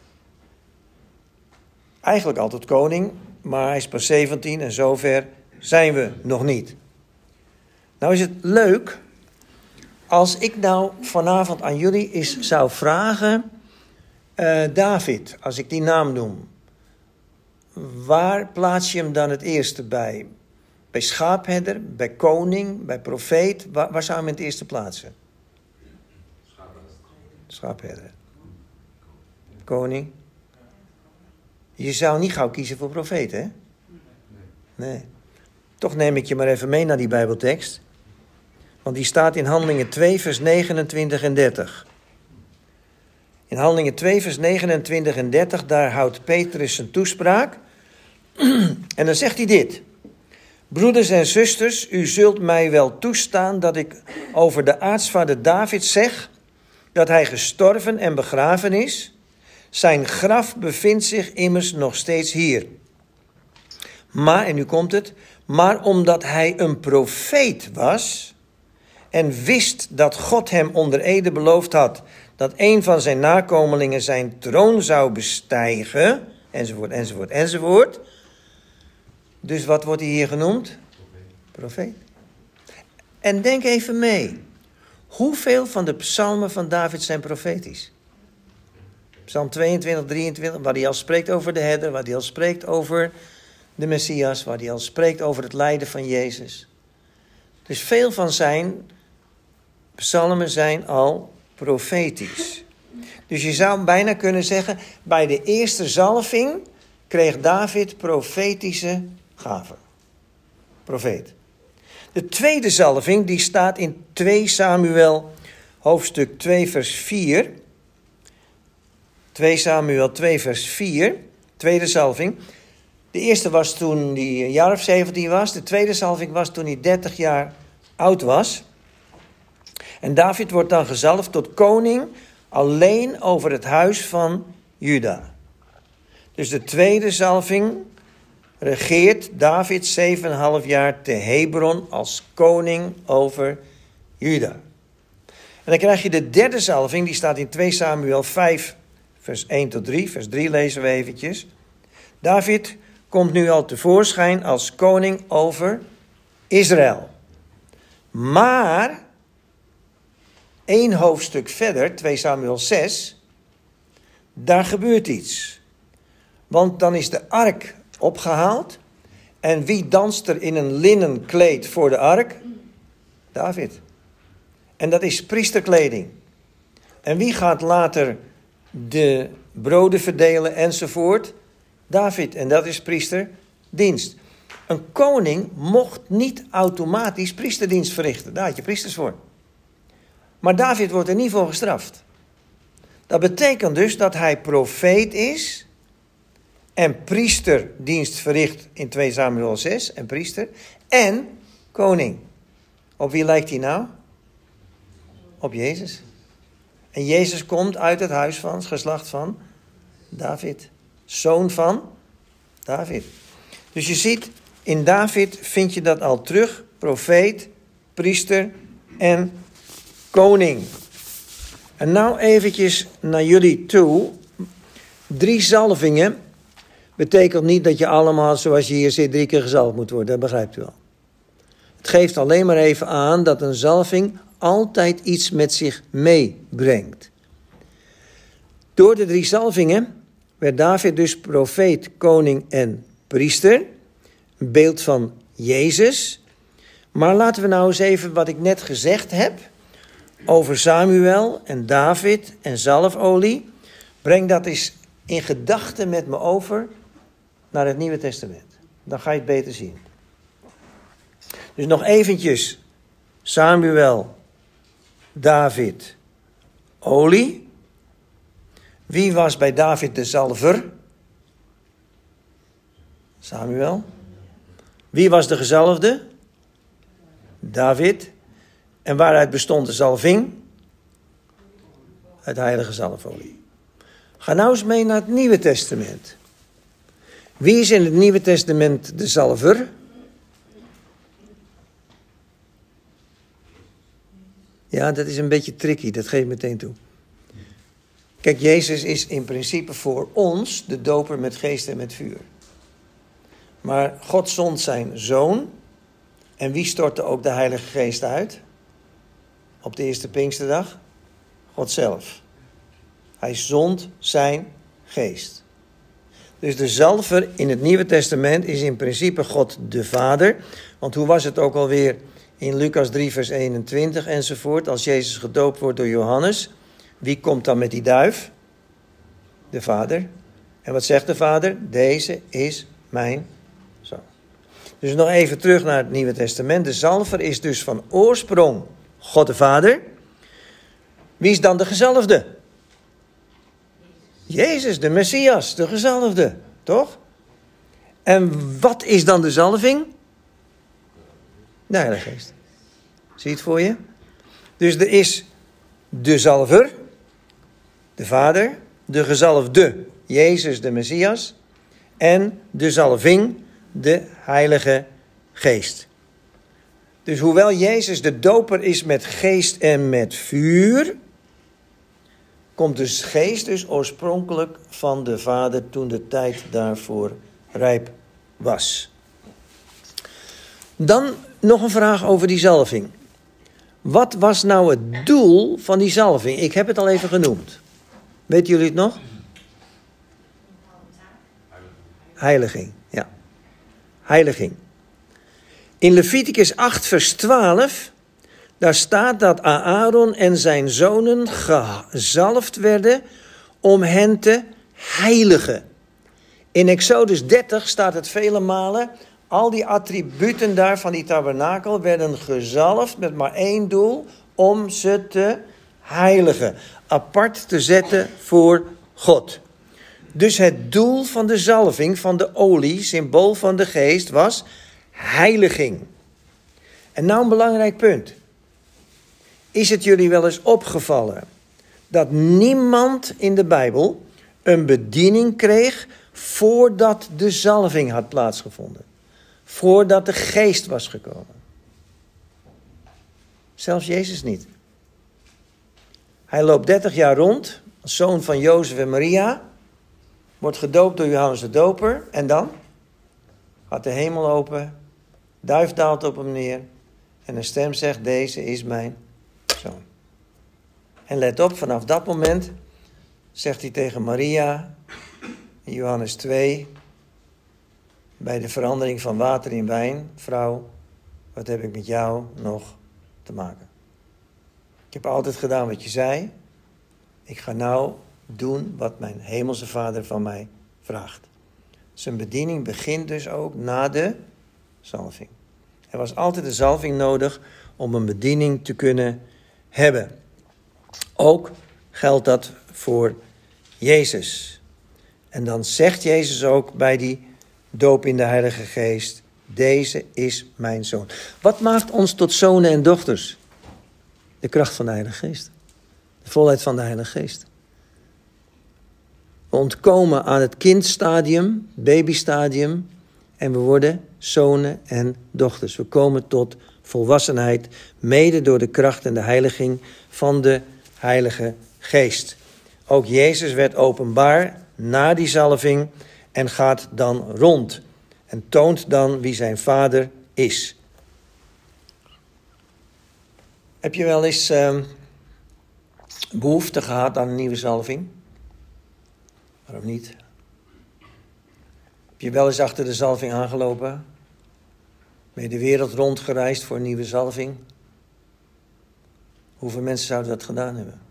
Eigenlijk altijd koning, maar hij is pas zeventien en zover zijn we nog niet. Nou is het leuk als ik nou vanavond aan jullie eens zou vragen, uh, David, als ik die naam noem, waar plaats je hem dan het eerste bij? Bij schaapherder, bij koning, bij profeet, waar, waar zou je hem het eerste plaatsen? Schaapherder. Koning. Je zou niet gauw kiezen voor profeet, hè? Nee. Toch neem ik je maar even mee naar die Bijbeltekst. Want die staat in Handelingen twee vers negenentwintig en dertig. In Handelingen twee vers negenentwintig en dertig, daar houdt Petrus zijn toespraak. En dan zegt hij dit. Broeders en zusters, u zult mij wel toestaan dat ik over de aartsvader David zeg dat hij gestorven en begraven is. Zijn graf bevindt zich immers nog steeds hier. Maar, en nu komt het, maar omdat hij een profeet was en wist dat God hem onder ede beloofd had dat een van zijn nakomelingen zijn troon zou bestijgen, enzovoort, enzovoort, enzovoort. Dus wat wordt hij hier genoemd? Profeet. En denk even mee. Hoeveel van de psalmen van David zijn profetisch? Psalm tweeëntwintig, drieëntwintig, waar hij al spreekt over de herder, waar hij al spreekt over de Messias, waar hij al spreekt over het lijden van Jezus. Dus veel van zijn psalmen zijn al profetisch. Dus je zou bijna kunnen zeggen, bij de eerste zalving kreeg David profetische gaven. Profeet. De tweede zalving, die staat in twee Samuel hoofdstuk twee vers vier. twee Samuel twee vers vier, tweede zalving. De eerste was toen hij een jaar of zeventien was. De tweede zalving was toen hij dertig jaar oud was. En David wordt dan gezalfd tot koning alleen over het huis van Juda. Dus de tweede zalving regeert David zeven en een half jaar te Hebron als koning over Juda. En dan krijg je de derde zalving, die staat in twee Samuel vijf, vers één tot drie. Vers drie lezen we eventjes. David komt nu al tevoorschijn als koning over Israël. Maar, één hoofdstuk verder, twee Samuel zes, daar gebeurt iets. Want dan is de ark opgehaald. En wie danst er in een linnen kleed voor de ark? David. En dat is priesterkleding. En wie gaat later de broden verdelen enzovoort? David. En dat is priesterdienst. Een koning mocht niet automatisch priesterdienst verrichten. Daar had je priesters voor. Maar David wordt er niet voor gestraft. Dat betekent dus dat hij profeet is en priesterdienst verricht in twee Samuel zes en priester en koning. Op wie lijkt hij nou? Op Jezus. En Jezus komt uit het huis van, het geslacht van David. Zoon van David. Dus je ziet, in David vind je dat al terug. Profeet, priester en koning. En nou eventjes naar jullie toe. Drie zalvingen betekent niet dat je allemaal, zoals je hier zit, drie keer gezalfd moet worden. Dat begrijpt u wel. Het geeft alleen maar even aan dat een zalving altijd iets met zich meebrengt. Door de drie zalvingen werd David dus profeet, koning en priester. Een beeld van Jezus. Maar laten we nou eens even wat ik net gezegd heb over Samuel en David en zalfolie. Breng dat eens in gedachten met me over naar het Nieuwe Testament. Dan ga je het beter zien. Dus nog eventjes Samuel, David, olie. Wie was bij David de zalver? Samuel. Wie was de gezalfde? David. En waaruit bestond de zalving? Uit heilige zalfolie. Ga nou eens mee naar het Nieuwe Testament. Wie is in het Nieuwe Testament de zalver? Ja, dat is een beetje tricky, dat geef ik meteen toe. Kijk, Jezus is in principe voor ons de doper met geest en met vuur. Maar God zond zijn zoon. En wie stortte ook de Heilige Geest uit? Op de eerste Pinksterdag? God zelf. Hij zond zijn geest. Dus de zalver in het Nieuwe Testament is in principe God de Vader. Want hoe was het ook alweer in Lucas drie vers eenentwintig enzovoort. Als Jezus gedoopt wordt door Johannes. Wie komt dan met die duif? De Vader. En wat zegt de Vader? Deze is mijn zoon. Dus nog even terug naar het Nieuwe Testament. De zalver is dus van oorsprong God de Vader. Wie is dan de gezalfde? Jezus, de Messias, de gezalfde, toch? En wat is dan de zalving? De Heilige Geest. Zie je het voor je? Dus er is de zalver, de Vader, de gezalfde, Jezus, de Messias, en de zalving, de Heilige Geest. Dus hoewel Jezus de doper is met geest en met vuur, komt de geest dus oorspronkelijk van de Vader toen de tijd daarvoor rijp was. Dan nog een vraag over die zalving. Wat was nou het doel van die zalving? Ik heb het al even genoemd. Weten jullie het nog? Heiliging, ja. Heiliging. In Leviticus acht vers twaalf, daar staat dat Aaron en zijn zonen gezalfd werden om hen te heiligen. In Exodus dertig staat het vele malen, al die attributen daar van die tabernakel werden gezalfd met maar één doel, om ze te heiligen. Apart te zetten voor God. Dus het doel van de zalving, van de olie, symbool van de geest, was heiliging. En nou een belangrijk punt. Is het jullie wel eens opgevallen dat niemand in de Bijbel een bediening kreeg voordat de zalving had plaatsgevonden. Voordat de geest was gekomen. Zelfs Jezus niet. Hij loopt dertig jaar rond, als zoon van Jozef en Maria. Wordt gedoopt door Johannes de Doper. En dan gaat de hemel open. Duif daalt op hem neer. En een stem zegt, deze is mijn zoon. En let op, vanaf dat moment zegt hij tegen Maria, in Johannes twee, bij de verandering van water in wijn, vrouw, wat heb ik met jou nog te maken? Ik heb altijd gedaan wat je zei. Ik ga nou doen wat mijn hemelse Vader van mij vraagt. Zijn bediening begint dus ook na de zalving. Er was altijd een zalving nodig om een bediening te kunnen hebben. Ook geldt dat voor Jezus. En dan zegt Jezus ook bij die doop in de Heilige Geest, deze is mijn zoon. Wat maakt ons tot zonen en dochters? De kracht van de Heilige Geest. De volheid van de Heilige Geest. We ontkomen aan het kindstadium, babystadium, en we worden zonen en dochters. We komen tot volwassenheid, mede door de kracht en de heiliging van de Heilige Geest. Ook Jezus werd openbaar na die zalving en gaat dan rond. En toont dan wie zijn vader is. Heb je wel eens uh, behoefte gehad aan een nieuwe zalving? Waarom niet? Heb je wel eens achter de zalving aangelopen? Ben je de wereld rondgereisd voor een nieuwe zalving? Hoeveel mensen zouden dat gedaan hebben?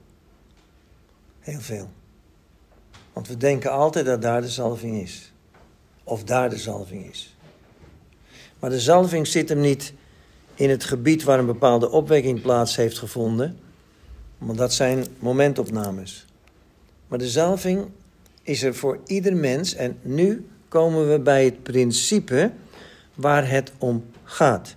Heel veel. Want we denken altijd dat daar de zalving is. Of daar de zalving is. Maar de zalving zit hem niet in het gebied waar een bepaalde opwekking plaats heeft gevonden. Want dat zijn momentopnames. Maar de zalving is er voor ieder mens. En nu komen we bij het principe waar het om gaat.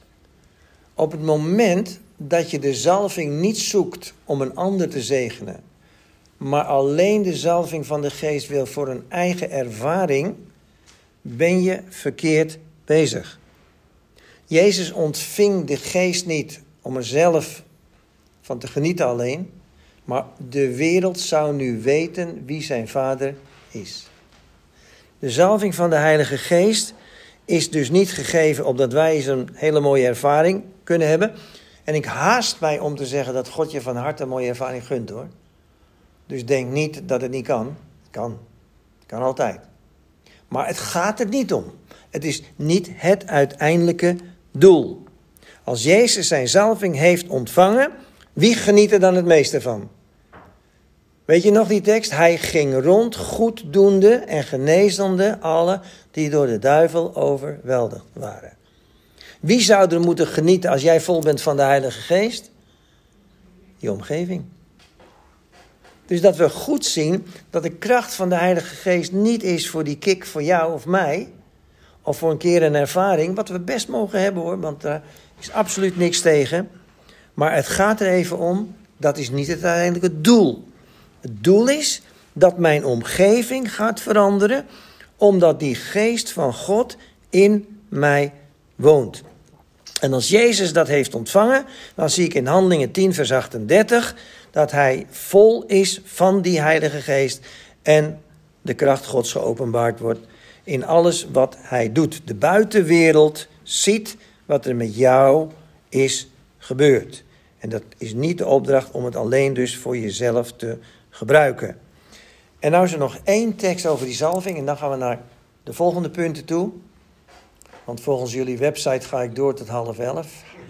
Op het moment dat je de zalving niet zoekt om een ander te zegenen, maar alleen de zalving van de geest wil voor een eigen ervaring, ben je verkeerd bezig. Jezus ontving de geest niet om er zelf van te genieten alleen, maar de wereld zou nu weten wie zijn vader is. De zalving van de Heilige Geest is dus niet gegeven opdat wij eens een hele mooie ervaring kunnen hebben. En ik haast mij om te zeggen dat God je van harte een mooie ervaring gunt, hoor. Dus denk niet dat het niet kan. Het kan. Het kan altijd. Maar het gaat er niet om. Het is niet het uiteindelijke doel. Als Jezus zijn zalving heeft ontvangen, wie geniet er dan het meeste van? Weet je nog die tekst? Hij ging rond, goeddoende en genezende alle die door de duivel overweldigd waren. Wie zou er moeten genieten als jij vol bent van de Heilige Geest? Je omgeving. Dus dat we goed zien dat de kracht van de Heilige Geest niet is voor die kick voor jou of mij. Of voor een keer een ervaring, wat we best mogen hebben, hoor, want daar is absoluut niks tegen. Maar het gaat er even om, dat is niet het uiteindelijke doel. Het doel is dat mijn omgeving gaat veranderen, omdat die geest van God in mij woont. En als Jezus dat heeft ontvangen, dan zie ik in Handelingen tien vers achtendertig... dat hij vol is van die Heilige Geest en de kracht Gods geopenbaard wordt in alles wat hij doet. De buitenwereld ziet wat er met jou is gebeurd. En dat is niet de opdracht om het alleen dus voor jezelf te gebruiken. En nou is er nog één tekst over die zalving en dan gaan we naar de volgende punten toe. Want volgens jullie website ga ik door tot half elf.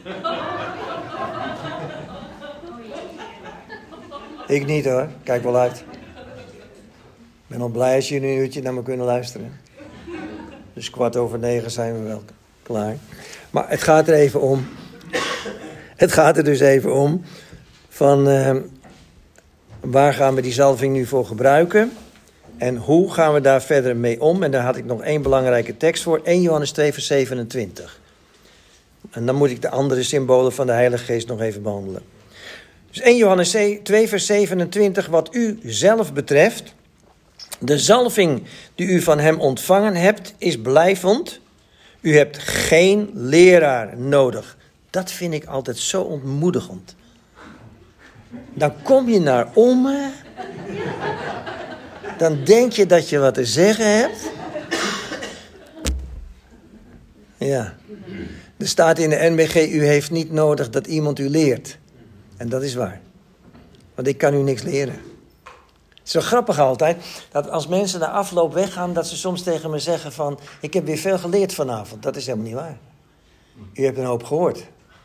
Ik niet, hoor. Kijk wel uit. Ik ben al blij als jullie een uurtje naar me kunnen luisteren. Dus kwart over negen zijn we wel klaar. Maar het gaat er even om. Het gaat er dus even om. Van uh, waar gaan we die zalving nu voor gebruiken? En hoe gaan we daar verder mee om? En daar had ik nog één belangrijke tekst voor. eerste Johannes twee vers zevenentwintig. En dan moet ik de andere symbolen van de Heilige Geest nog even behandelen. Dus eerste Johannes twee vers zevenentwintig. Wat u zelf betreft, De zalving die u van hem ontvangen hebt, is blijvend. U hebt geen leraar nodig. Dat vind ik altijd zo ontmoedigend. Dan kom je naar Ommen. Dan denk je dat je wat te zeggen hebt. Ja. Er staat in de N B G, u heeft niet nodig dat iemand u leert. En dat is waar. Want ik kan u niks leren. Het is zo grappig altijd, dat als mensen na afloop weggaan, dat ze soms tegen me zeggen van, ik heb weer veel geleerd vanavond. Dat is helemaal niet waar. U hebt een hoop gehoord.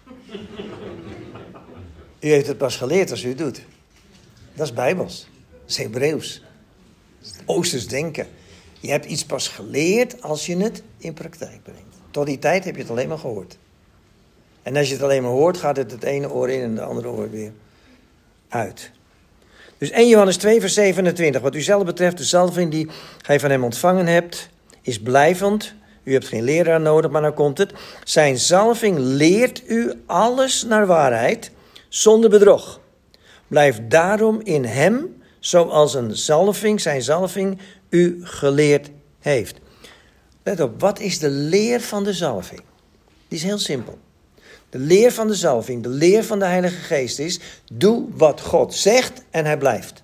U heeft het pas geleerd als u het doet. Dat is Bijbels. Dat is Hebreeuws. Dat is Oosters denken. Je hebt iets pas geleerd als je het in praktijk brengt. Tot die tijd heb je het alleen maar gehoord. En als je het alleen maar hoort, gaat het het ene oor in en de andere oor weer uit. Dus Eerste Johannes twee vers zevenentwintig. Wat u zelf betreft, de zalving die gij van hem ontvangen hebt, is blijvend. U hebt geen leraar nodig, maar nou komt het. Zijn zalving leert u alles naar waarheid, zonder bedrog. Blijf daarom in hem, zoals een zalving, zijn zalving, u geleerd heeft. Let op, wat is de leer van de zalving? Die is heel simpel. De leer van de zalving, de leer van de Heilige Geest is, doe wat God zegt en hij blijft.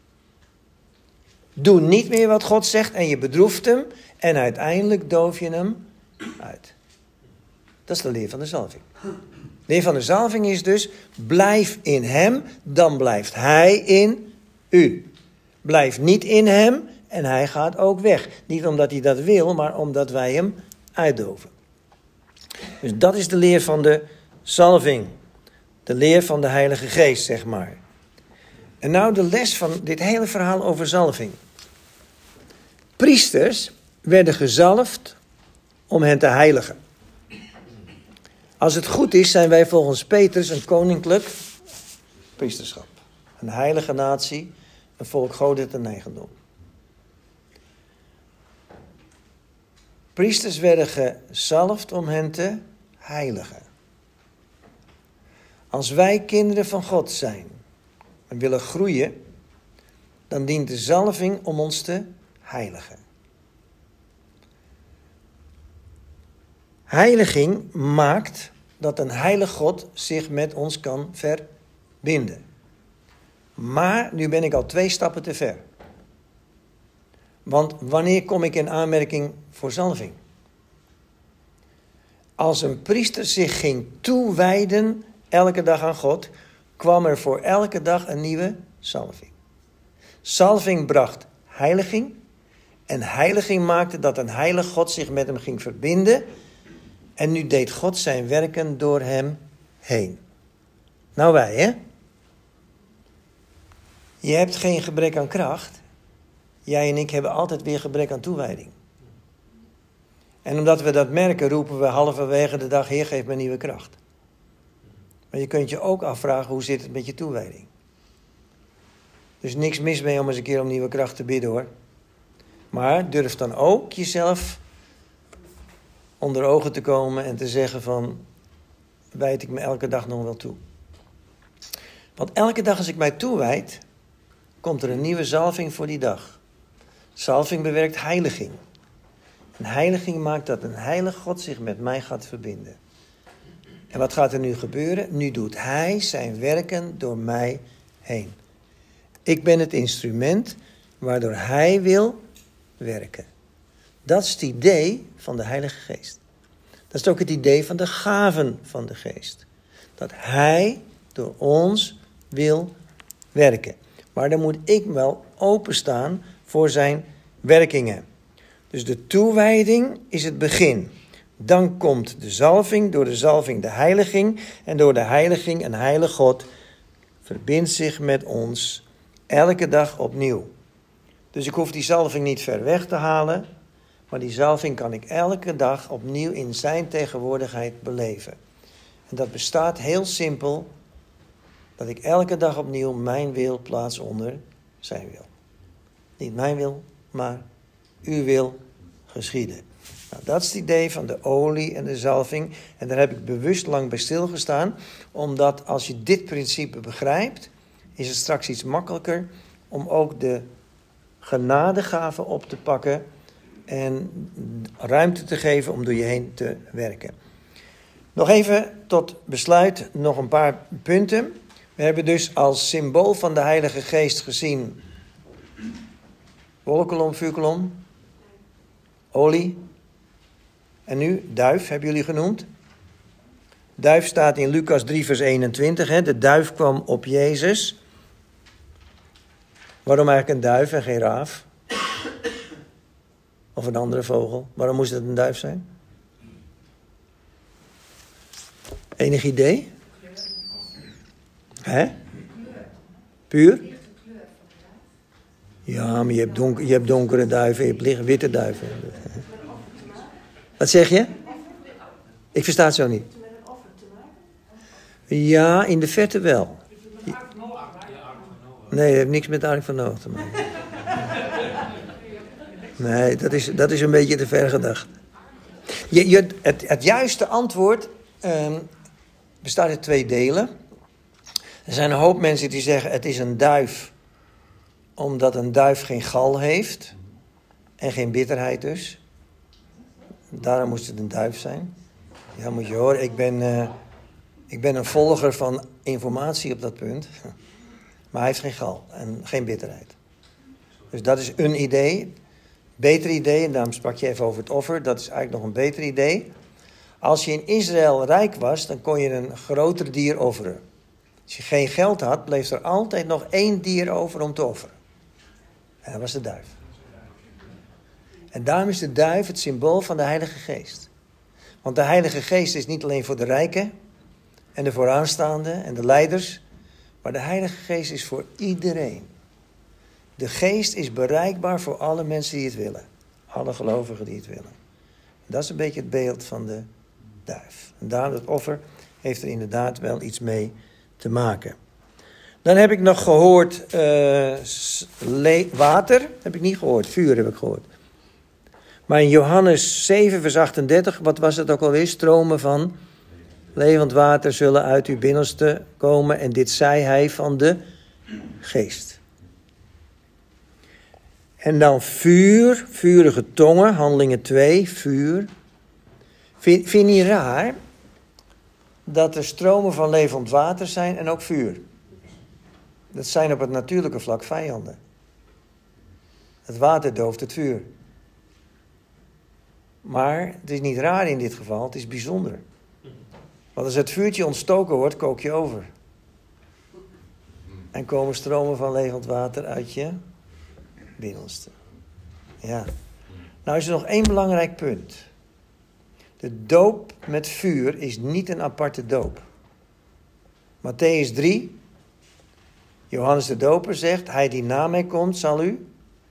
Doe niet meer wat God zegt en je bedroeft hem en uiteindelijk doof je hem uit. Dat is de leer van de zalving. De leer van de zalving is dus, blijf in hem, dan blijft hij in u. Blijf niet in hem en hij gaat ook weg. Niet omdat hij dat wil, maar omdat wij hem uitdoven. Dus dat is de leer van de zalving. De leer van de Heilige Geest, zeg maar. En nou de les van dit hele verhaal over zalving. Priesters werden gezalfd om hen te heiligen. Als het goed is, zijn wij volgens Petrus een koninklijk priesterschap. Een heilige natie, een volk goden ten eigendom. Priesters werden gezalfd om hen te heiligen. Als wij kinderen van God zijn en willen groeien, dan dient de zalving om ons te heiligen. Heiliging maakt dat een heilig God zich met ons kan verbinden. Maar nu ben ik al twee stappen te ver. Want wanneer kom ik in aanmerking voor zalving? Als een priester zich ging toewijden elke dag aan God, kwam er voor elke dag een nieuwe zalving. Zalving bracht heiliging. En heiliging maakte dat een heilig God zich met hem ging verbinden. En nu deed God zijn werken door hem heen. Nou wij, hè? Je hebt geen gebrek aan kracht. Jij en ik hebben altijd weer gebrek aan toewijding. En omdat we dat merken, roepen we halverwege de dag, Heer, geef me nieuwe kracht. Maar je kunt je ook afvragen, hoe zit het met je toewijding? Dus niks mis mee om eens een keer om nieuwe kracht te bidden, hoor. Maar durf dan ook jezelf onder ogen te komen en te zeggen van, wijd ik me elke dag nog wel toe. Want elke dag als ik mij toewijd, komt er een nieuwe zalving voor die dag. Zalving bewerkt heiliging. En heiliging maakt dat een heilig God zich met mij gaat verbinden. En wat gaat er nu gebeuren? Nu doet hij zijn werken door mij heen. Ik ben het instrument waardoor hij wil werken. Dat is het idee van de Heilige Geest. Dat is ook het idee van de gaven van de Geest. Dat hij door ons wil werken. Maar dan moet ik wel openstaan voor zijn werkingen. Dus de toewijding is het begin. Dan komt de zalving, door de zalving de heiliging. En door de heiliging een heilig God verbindt zich met ons elke dag opnieuw. Dus ik hoef die zalving niet ver weg te halen. Maar die zalving kan ik elke dag opnieuw in zijn tegenwoordigheid beleven. En dat bestaat heel simpel. Dat ik elke dag opnieuw mijn wil plaats onder zijn wil. Niet mijn wil, maar uw wil geschieden. Nou, dat is het idee van de olie en de zalving. En daar heb ik bewust lang bij stilgestaan. Omdat als je dit principe begrijpt, is het straks iets makkelijker om ook de genadegaven op te pakken en ruimte te geven om door je heen te werken. Nog even tot besluit nog een paar punten. We hebben dus als symbool van de Heilige Geest gezien wolkolom, vuurkolom, olie en nu duif, hebben jullie genoemd. Duif staat in Lucas drie vers eenentwintig. Hè? De duif kwam op Jezus. Waarom eigenlijk een duif en geen raaf? Of een andere vogel? Waarom moest het een duif zijn? Enig idee? Hè? Puur? Ja, maar je hebt, donker, je hebt donkere duiven, je hebt licht, witte duiven. Wat zeg je? Ik versta het zo niet. Ja, in de verte wel. Nee, dat heeft niks met de Ark van Noach te maken. Nee, dat is, dat is een beetje te ver gedacht. Je, je, het, het juiste antwoord um, bestaat uit twee delen. Er zijn een hoop mensen die zeggen het is een duif, omdat een duif geen gal heeft en geen bitterheid dus. Daarom moest het een duif zijn. Ja, moet je horen, ik ben, uh, ik ben een volger van informatie op dat punt. Maar hij heeft geen gal en geen bitterheid. Dus dat is een idee. Beter idee, en daarom sprak je even over het offer. Dat is eigenlijk nog een beter idee. Als je in Israël rijk was, dan kon je een groter dier offeren. Als je geen geld had, bleef er altijd nog één dier over om te offeren. En dat was de duif. En daarom is de duif het symbool van de Heilige Geest. Want de Heilige Geest is niet alleen voor de rijken en de vooraanstaanden en de leiders, maar de Heilige Geest is voor iedereen. De Geest is bereikbaar voor alle mensen die het willen. Alle gelovigen die het willen. Dat is een beetje het beeld van de duif. En daarom het offer heeft er inderdaad wel iets mee te maken. Dan heb ik nog gehoord uh, le- water. Heb ik niet gehoord. Vuur heb ik gehoord. Maar in Johannes zeven vers achtendertig, wat was het ook alweer? Stromen van levend water zullen uit uw binnenste komen. En dit zei hij van de Geest. En dan vuur, vurige tongen, Handelingen twee, vuur. Vind, vind je niet raar dat er stromen van levend water zijn en ook vuur? Dat zijn op het natuurlijke vlak vijanden. Het water dooft het vuur. Maar het is niet raar in dit geval, het is bijzonder. Want als het vuurtje ontstoken wordt, kook je over. En komen stromen van levend water uit je binnenste. Ja. Nou is er nog één belangrijk punt. De doop met vuur is niet een aparte doop. Mattheüs drie, Johannes de Doper zegt, hij die na mij komt zal u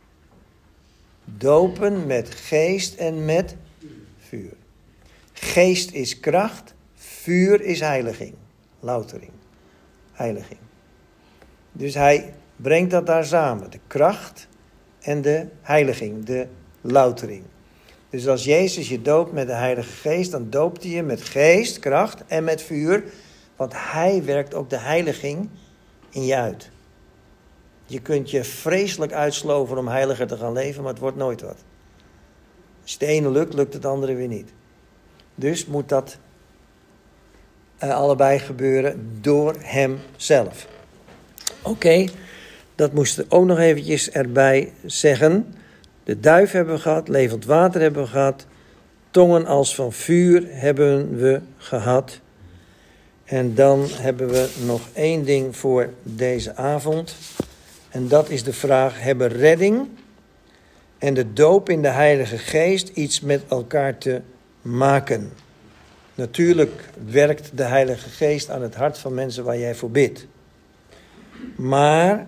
dopen met geest en met vuur. Geest is kracht, vuur is heiliging, loutering, heiliging. Dus hij brengt dat daar samen, de kracht en de heiliging, de loutering. Dus als Jezus je doopt met de Heilige Geest, dan doopt hij je met geest, kracht en met vuur. Want hij werkt ook de heiliging in je uit. Je kunt je vreselijk uitsloven om heiliger te gaan leven, maar het wordt nooit wat. Als het ene lukt, lukt het andere weer niet. Dus moet dat uh, allebei gebeuren door hem zelf. Oké, okay, dat moesten we ook nog eventjes erbij zeggen. De duif hebben we gehad, levend water hebben we gehad. Tongen als van vuur hebben we gehad. En dan hebben we nog één ding voor deze avond. En dat is de vraag, hebben redding en de doop in de Heilige Geest iets met elkaar te maken? Natuurlijk werkt de Heilige Geest aan het hart van mensen waar jij voor bidt. Maar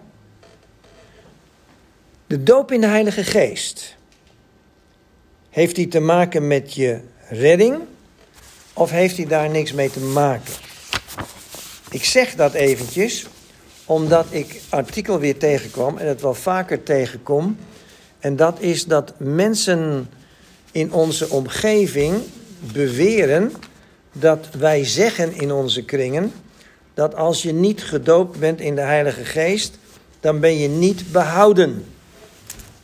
de doop in de Heilige Geest, heeft die te maken met je redding of heeft die daar niks mee te maken? Ik zeg dat eventjes omdat ik artikel weer tegenkwam en het wel vaker tegenkom. En dat is dat mensen in onze omgeving beweren dat wij zeggen in onze kringen dat als je niet gedoopt bent in de Heilige Geest, dan ben je niet behouden.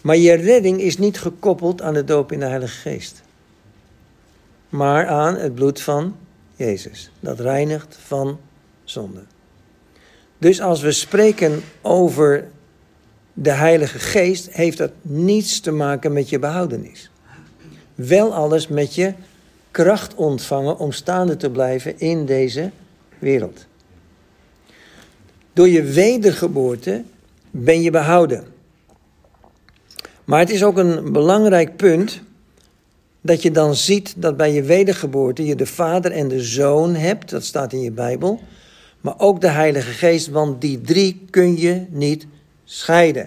Maar je redding is niet gekoppeld aan de doop in de Heilige Geest. Maar aan het bloed van Jezus. Dat reinigt van zonde. Dus als we spreken over de Heilige Geest, heeft dat niets te maken met je behoudenis. Wel alles met je kracht ontvangen om staande te blijven in deze wereld. Door je wedergeboorte ben je behouden. Maar het is ook een belangrijk punt dat je dan ziet dat bij je wedergeboorte je de Vader en de Zoon hebt. Dat staat in je Bijbel. Maar ook de Heilige Geest, want die drie kun je niet scheiden.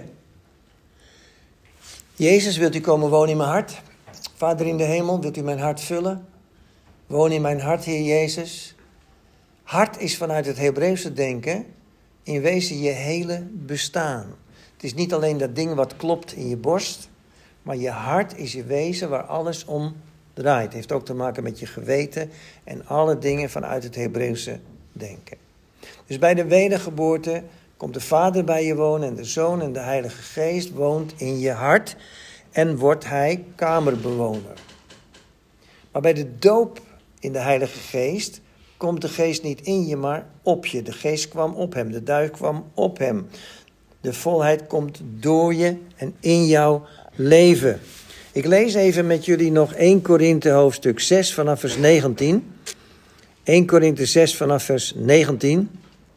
Jezus, wilt u komen wonen in mijn hart? Vader in de hemel, wilt u mijn hart vullen? Woon in mijn hart, Heer Jezus. Hart is vanuit het Hebreeuwse denken in wezen je hele bestaan. Het is niet alleen dat ding wat klopt in je borst, maar je hart is je wezen waar alles om draait. Het heeft ook te maken met je geweten en alle dingen vanuit het Hebreeuwse denken. Dus bij de wedergeboorte komt de Vader bij je wonen en de Zoon en de Heilige Geest woont in je hart en wordt hij kamerbewoner. Maar bij de doop in de Heilige Geest komt de Geest niet in je, maar op je. De Geest kwam op hem, de duif kwam op hem. De volheid komt door je en in jouw leven. Ik lees even met jullie nog Eerste Korinthe hoofdstuk zes vanaf vers negentien. Eerste Korinthe zes vanaf vers negentien.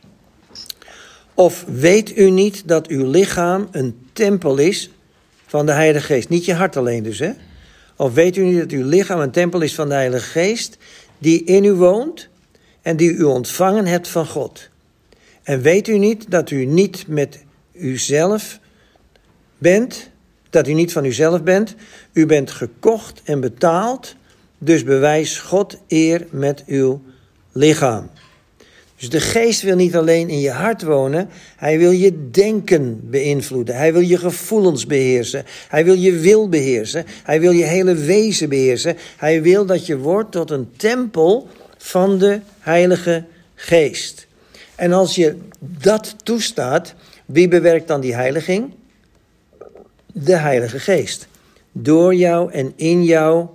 Of weet u niet dat uw lichaam een tempel is van de Heilige Geest? Niet je hart alleen dus, hè? Of weet u niet dat uw lichaam een tempel is van de Heilige Geest, die in u woont en die u ontvangen hebt van God? En weet u niet dat u niet met uzelf bent, dat u niet van uzelf bent? U bent gekocht en betaald, dus bewijs God eer met uw lichaam. Dus de Geest wil niet alleen in je hart wonen, hij wil je denken beïnvloeden. Hij wil je gevoelens beheersen. Hij wil je wil beheersen. Hij wil je hele wezen beheersen. Hij wil dat je wordt tot een tempel van de Heilige Geest. En als je dat toestaat, wie bewerkt dan die heiliging? De Heilige Geest. Door jou en in jou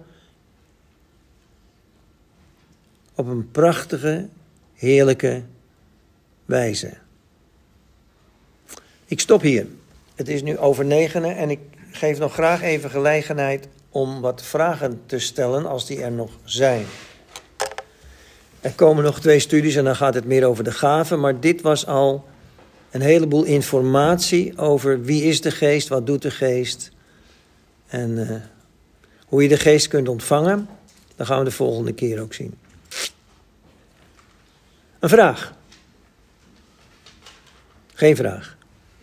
op een prachtige, heerlijke wijze. Ik stop hier. Het is nu over negenen en ik geef nog graag even gelegenheid om wat vragen te stellen als die er nog zijn. Er komen nog twee studies en dan gaat het meer over de gaven, maar dit was al een heleboel informatie over wie is de Geest, wat doet de Geest en uh, hoe je de Geest kunt ontvangen. Dat gaan we de volgende keer ook zien. Een vraag? Geen vraag?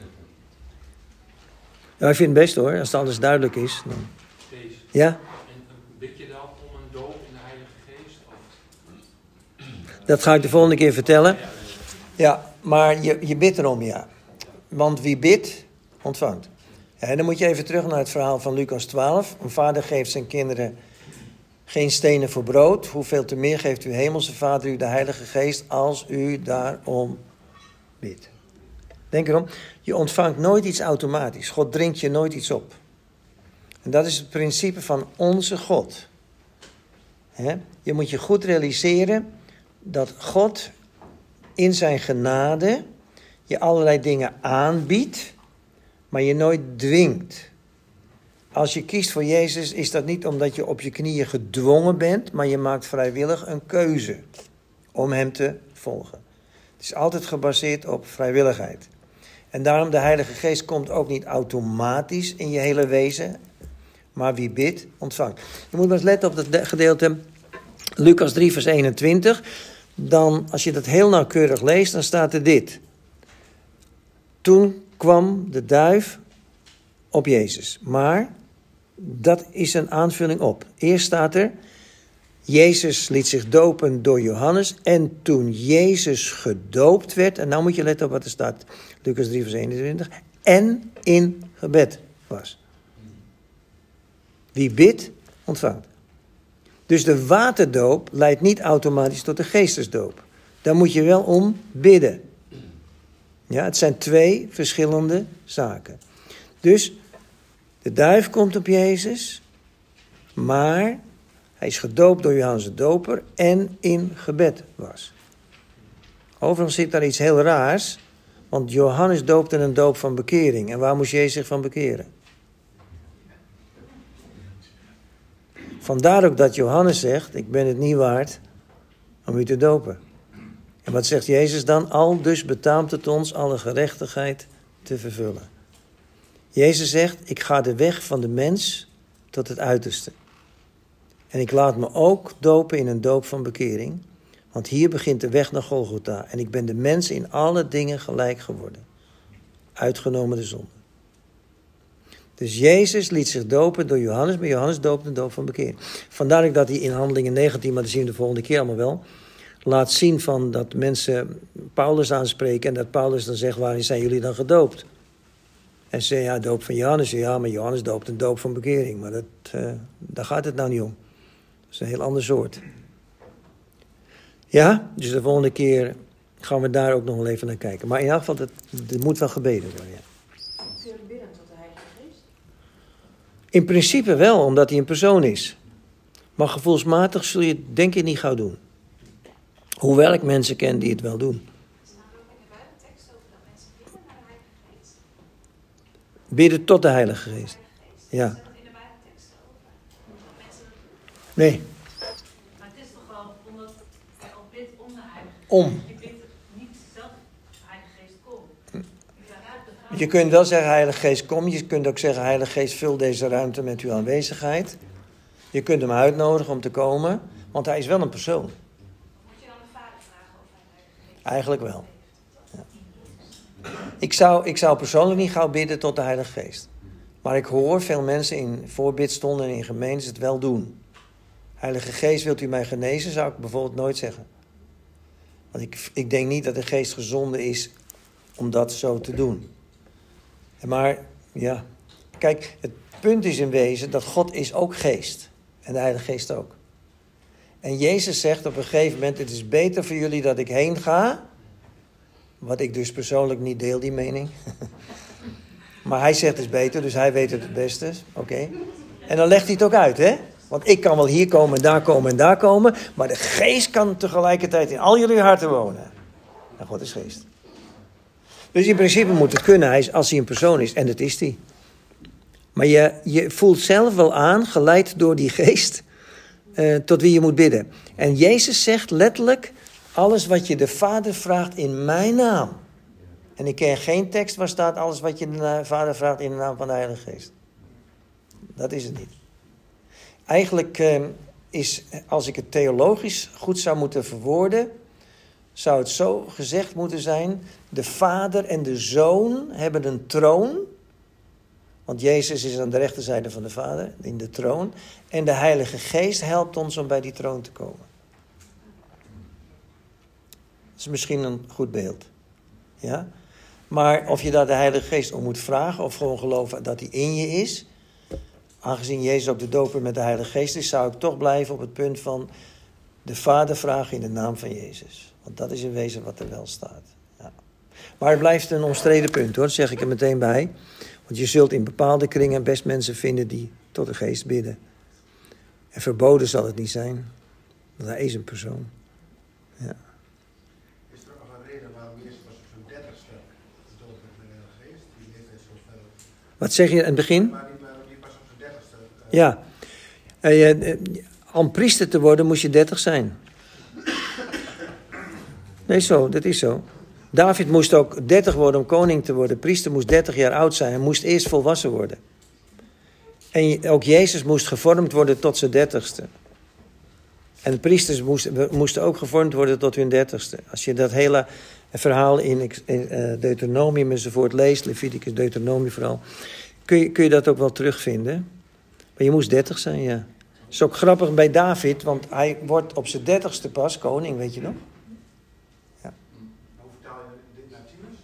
Ja, ik vind het best hoor, als het alles duidelijk is. Dan... Deze. Ja? En bid je dan om een doop in de Heilige Geest? Of... Dat ga ik de volgende keer vertellen. Ja, maar je, je bidt erom, ja. Want wie bidt, ontvangt. Ja, en dan moet je even terug naar het verhaal van Lucas twaalf. Een vader geeft zijn kinderen geen stenen voor brood. Hoeveel te meer geeft uw hemelse Vader u de Heilige Geest als u daarom bidt. Denk erom, je ontvangt nooit iets automatisch. God dringt je nooit iets op. En dat is het principe van onze God. He? Je moet je goed realiseren dat God in zijn genade je allerlei dingen aanbiedt, maar je nooit dwingt. Als je kiest voor Jezus is dat niet omdat je op je knieën gedwongen bent, maar je maakt vrijwillig een keuze om hem te volgen. Het is altijd gebaseerd op vrijwilligheid. En daarom de Heilige Geest komt ook niet automatisch in je hele wezen, maar wie bidt, ontvangt. Je moet maar eens letten op dat gedeelte Lucas drie vers eenentwintig. Dan, als je dat heel nauwkeurig leest, dan staat er dit. Toen kwam de duif op Jezus. Maar dat is een aanvulling op. Eerst staat er, Jezus liet zich dopen door Johannes. En toen Jezus gedoopt werd, en nou moet je letten op wat er staat. Lucas drie vers eenentwintig. En in gebed was. Wie bidt, ontvangt. Dus de waterdoop leidt niet automatisch tot de geestesdoop. Daar moet je wel om bidden. Ja, het zijn twee verschillende zaken. Dus De duif komt op Jezus, maar hij is gedoopt door Johannes de Doper en in gebed was. Overigens zit daar iets heel raars, want Johannes doopte een doop van bekering. En waar moest Jezus zich van bekeren? Vandaar ook dat Johannes zegt, ik ben het niet waard om u te dopen. En wat zegt Jezus dan? Al dus betaamt het ons alle gerechtigheid te vervullen. Jezus zegt, ik ga de weg van de mens tot het uiterste. En ik laat me ook dopen in een doop van bekering. Want hier begint de weg naar Golgotha. En ik ben de mens in alle dingen gelijk geworden. Uitgenomen de zonde. Dus Jezus liet zich dopen door Johannes, maar Johannes doopte een doop van bekering. Vandaar dat hij in Handelingen negentien, maar dat zien we de volgende keer allemaal wel, laat zien van dat mensen Paulus aanspreken en dat Paulus dan zegt, waarin zijn jullie dan gedoopt? En ze zeggen, ja, doop van Johannes. Ja, maar Johannes doopt een doop van bekering. Maar dat, uh, daar gaat het nou niet om. Dat is een heel ander soort. Ja, dus de volgende keer gaan we daar ook nog wel even naar kijken. Maar in elk geval, dat, er moet wel gebeden worden, ja. Kun je bidden tot de Heilige Geest? In principe wel, omdat hij een persoon is. Maar gevoelsmatig zul je het denk ik niet gauw doen. Hoewel ik mensen ken die het wel doen. Bidden tot de Heilige Geest. Ja. Nee. Maar het is toch wel omdat je al bidt om de Heilige Geest. Om. Je bidt niet zelf, de Heilige Geest, kom. Je kunt wel zeggen, Heilige Geest, kom. Je kunt ook zeggen, Heilige Geest, vul deze ruimte met uw aanwezigheid. Je kunt hem uitnodigen om te komen, want hij is wel een persoon. Moet je dan de Vader vragen of hij de Heilige Geest? Eigenlijk wel. Ja. Ik zou, ik zou persoonlijk niet gauw bidden tot de Heilige Geest. Maar ik hoor veel mensen in voorbidstonden en in gemeentes het wel doen. Heilige Geest, wilt u mij genezen? Zou ik bijvoorbeeld nooit zeggen. Want ik, ik denk niet dat de Geest gezonden is om dat zo te doen. Maar ja, kijk, het punt is in wezen dat God is ook geest. En de Heilige Geest ook. En Jezus zegt op een gegeven moment, het is beter voor jullie dat ik heen ga. Wat ik dus persoonlijk niet deel, die mening. Maar hij zegt het is beter, dus hij weet het het beste. Oké. Okay. En dan legt hij het ook uit, hè. Want ik kan wel hier komen en daar komen en daar komen. Maar de Geest kan tegelijkertijd in al jullie harten wonen. En God is geest. Dus in principe moet het kunnen hij is, als hij een persoon is. En dat is hij. Maar je, je voelt zelf wel aan, geleid door die Geest, uh, tot wie je moet bidden. En Jezus zegt letterlijk, alles wat je de Vader vraagt in mijn naam. En ik ken geen tekst waar staat alles wat je de Vader vraagt in de naam van de Heilige Geest. Dat is het niet. Eigenlijk uh, is, als ik het theologisch goed zou moeten verwoorden, zou het zo gezegd moeten zijn, de Vader en de Zoon hebben een troon. Want Jezus is aan de rechterzijde van de Vader, in de troon. En de Heilige Geest helpt ons om bij die troon te komen. Dat is misschien een goed beeld. Ja? Maar of je daar de Heilige Geest om moet vragen, of gewoon geloven dat hij in je is, aangezien Jezus ook de doper met de Heilige Geest is, zou ik toch blijven op het punt van de Vader vragen in de naam van Jezus. Want dat is in wezen wat er wel staat. Ja. Maar het blijft een omstreden punt, hoor, dat zeg ik er meteen bij. Want je zult in bepaalde kringen best mensen vinden die tot de Geest bidden. En verboden zal het niet zijn, want hij is een persoon. Ja. Is er nog een reden waarom Jezus pas op zijn dertigste gedood werd met de Heilige Geest? Die leeftijd zo ver. Wat zeg je in het begin? Maar die, die pas op zijn dertigste. Uh, Ja. Uh, uh, om priester te worden moest je dertig zijn. Nee, zo, dat is zo. David moest ook dertig worden om koning te worden. Priester moest dertig jaar oud zijn. Hij moest eerst volwassen worden. En ook Jezus moest gevormd worden tot zijn dertigste. En de priesters moesten, moesten ook gevormd worden tot hun dertigste. Als je dat hele verhaal in, in uh, Deuteronomium enzovoort leest, Leviticus, Deuteronomium vooral, kun je, kun je dat ook wel terugvinden. Maar je moest dertig zijn, ja. Dat is ook grappig bij David, want hij wordt op zijn dertigste pas koning, weet je nog? Ja. Hoe vertaal je dit naar Timus?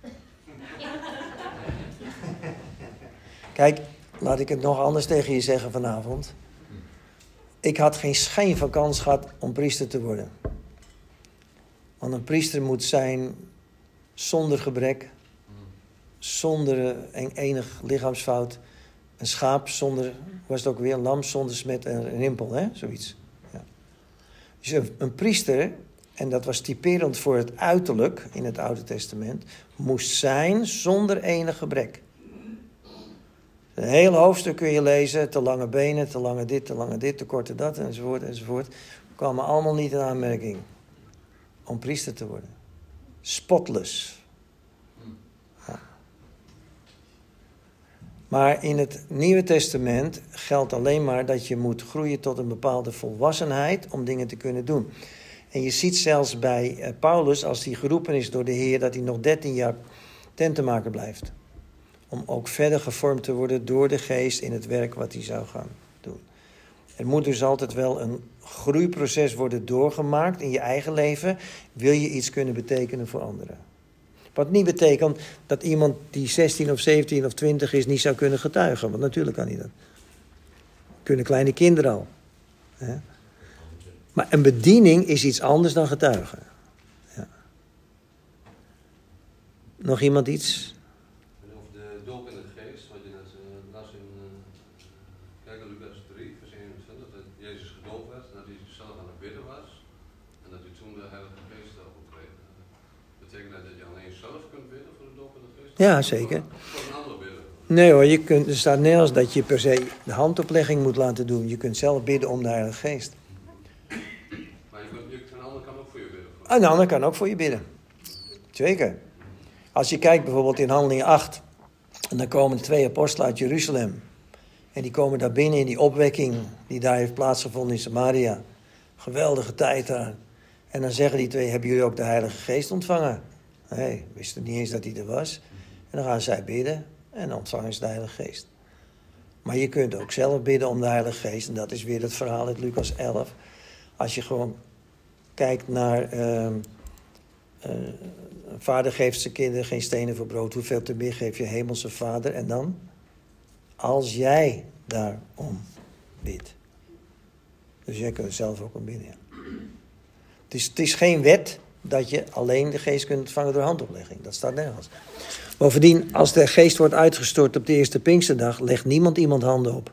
Kijk, laat ik het nog anders tegen je zeggen vanavond. Ik had geen schijn van kans gehad om priester te worden. Want een priester moet zijn zonder gebrek, zonder enig lichaamsfout, een schaap zonder, was het ook weer een lam zonder smet en rimpel, hè? Zoiets. Ja. Dus een, een priester, en dat was typerend voor het uiterlijk in het Oude Testament, moest zijn zonder enig gebrek. Een heel hoofdstuk kun je lezen, te lange benen, te lange dit, te lange dit, te korte dat, enzovoort, enzovoort. Kwamen allemaal niet in aanmerking om priester te worden. Spotless. Ja. Maar in het Nieuwe Testament geldt alleen maar dat je moet groeien tot een bepaalde volwassenheid om dingen te kunnen doen. En je ziet zelfs bij uh, Paulus, als hij geroepen is door de Heer, dat hij nog dertien jaar tentenmaker blijft. Om ook verder gevormd te worden door de geest in het werk wat hij zou gaan doen. Er moet dus altijd wel een groeiproces worden doorgemaakt in je eigen leven. Wil je iets kunnen betekenen voor anderen. Wat niet betekent dat iemand die zestien of zeventien of twintig is niet zou kunnen getuigen. Want natuurlijk kan hij dat. Kunnen kleine kinderen al. Hè? Maar een bediening is iets anders dan getuigen. Ja. Nog iemand iets? Over de doop in de geest, wat je net uh, las in, uh, kijk naar Lucas drie, vers eenentwintig, dat Jezus gedoopt werd en dat hij zelf aan het bidden was en dat hij toen de Heilige Geest erop kreeg. Betekent dat dat je alleen zelf kunt bidden voor de doop in de geest? Ja, zeker. Voor een ander bidden? Nee hoor, je kunt, er staat nergens dat je per se de handoplegging moet laten doen. Je kunt zelf bidden om de Heilige Geest. Maar je kunt, je, een ander kan ook voor je bidden? Voor. Een ander kan ook voor je bidden. Zeker. Als je kijkt bijvoorbeeld in Handelingen acht. En dan komen twee apostelen uit Jeruzalem. En die komen daar binnen in die opwekking die daar heeft plaatsgevonden in Samaria. Geweldige tijd daar. En dan zeggen die twee, hebben jullie ook de Heilige Geest ontvangen? Nee, wisten niet eens dat hij er was. En dan gaan zij bidden en dan ontvangen ze de Heilige Geest. Maar je kunt ook zelf bidden om de Heilige Geest. En dat is weer het verhaal uit Lucas elf. Als je gewoon kijkt naar... Uh, uh, vader geeft zijn kinderen geen stenen voor brood. Hoeveel te meer geeft je hemelse vader? En dan? Als jij daarom bidt. Dus jij kunt zelf ook om bidden. Ja. Het is, het is geen wet dat je alleen de geest kunt ontvangen door handoplegging. Dat staat nergens. Bovendien, als de geest wordt uitgestort op de eerste Pinksterdag, legt niemand iemand handen op.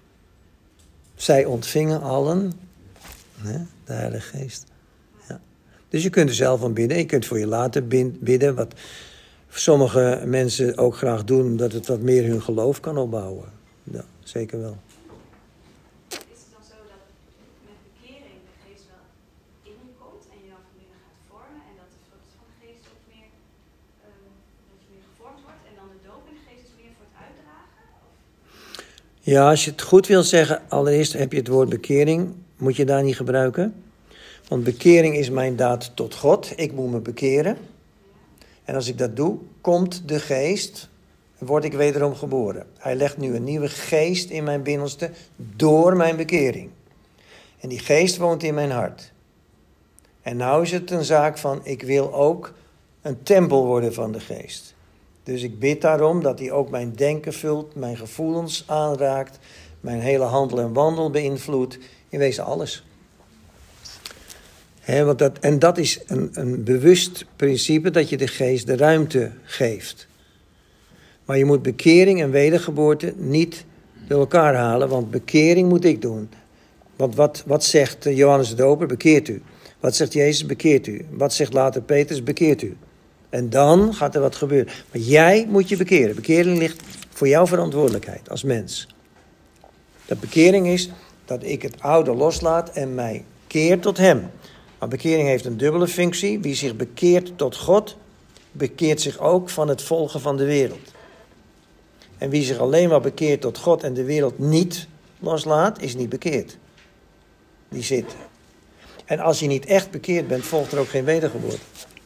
Zij ontvingen allen hè, de Heilige Geest. Ja. Dus je kunt er zelf aan bidden. Je kunt voor je later bidden, wat sommige mensen ook graag doen, omdat het wat meer hun geloof kan opbouwen. Ja, zeker wel. Is het dan zo dat met bekering de geest wel in je komt en je dan van binnen gaat vormen en dat de vrucht van de geest ook meer, uh, dat je meer gevormd wordt en dan de doop in de geest is meer voor het uitdragen? Of? Ja, als je het goed wilt zeggen, allereerst heb je het woord bekering, moet je daar niet gebruiken. Want bekering is mijn daad tot God. Ik moet me bekeren. En als ik dat doe, komt de geest, word ik wederom geboren. Hij legt nu een nieuwe geest in mijn binnenste door mijn bekering. En die geest woont in mijn hart. En nou is het een zaak van, ik wil ook een tempel worden van de geest. Dus ik bid daarom dat hij ook mijn denken vult, mijn gevoelens aanraakt, mijn hele handel en wandel beïnvloedt. In wezen alles. He, want dat, en dat is een, een bewust principe dat je de geest de ruimte geeft. Maar je moet bekering en wedergeboorte niet door elkaar halen, want bekering moet ik doen. Want wat, wat zegt Johannes de Doper? Bekeert u. Wat zegt Jezus? Bekeert u. Wat zegt later Petrus? Bekeert u. En dan gaat er wat gebeuren. Maar jij moet je bekeren. Bekering ligt voor jouw verantwoordelijkheid als mens. Dat bekering is dat ik het oude loslaat en mij keer tot hem. Maar bekering heeft een dubbele functie. Wie zich bekeert tot God, bekeert zich ook van het volgen van de wereld. En wie zich alleen maar bekeert tot God en de wereld niet loslaat, is niet bekeerd. Die zit. En als je niet echt bekeerd bent, volgt er ook geen wedergeboorte.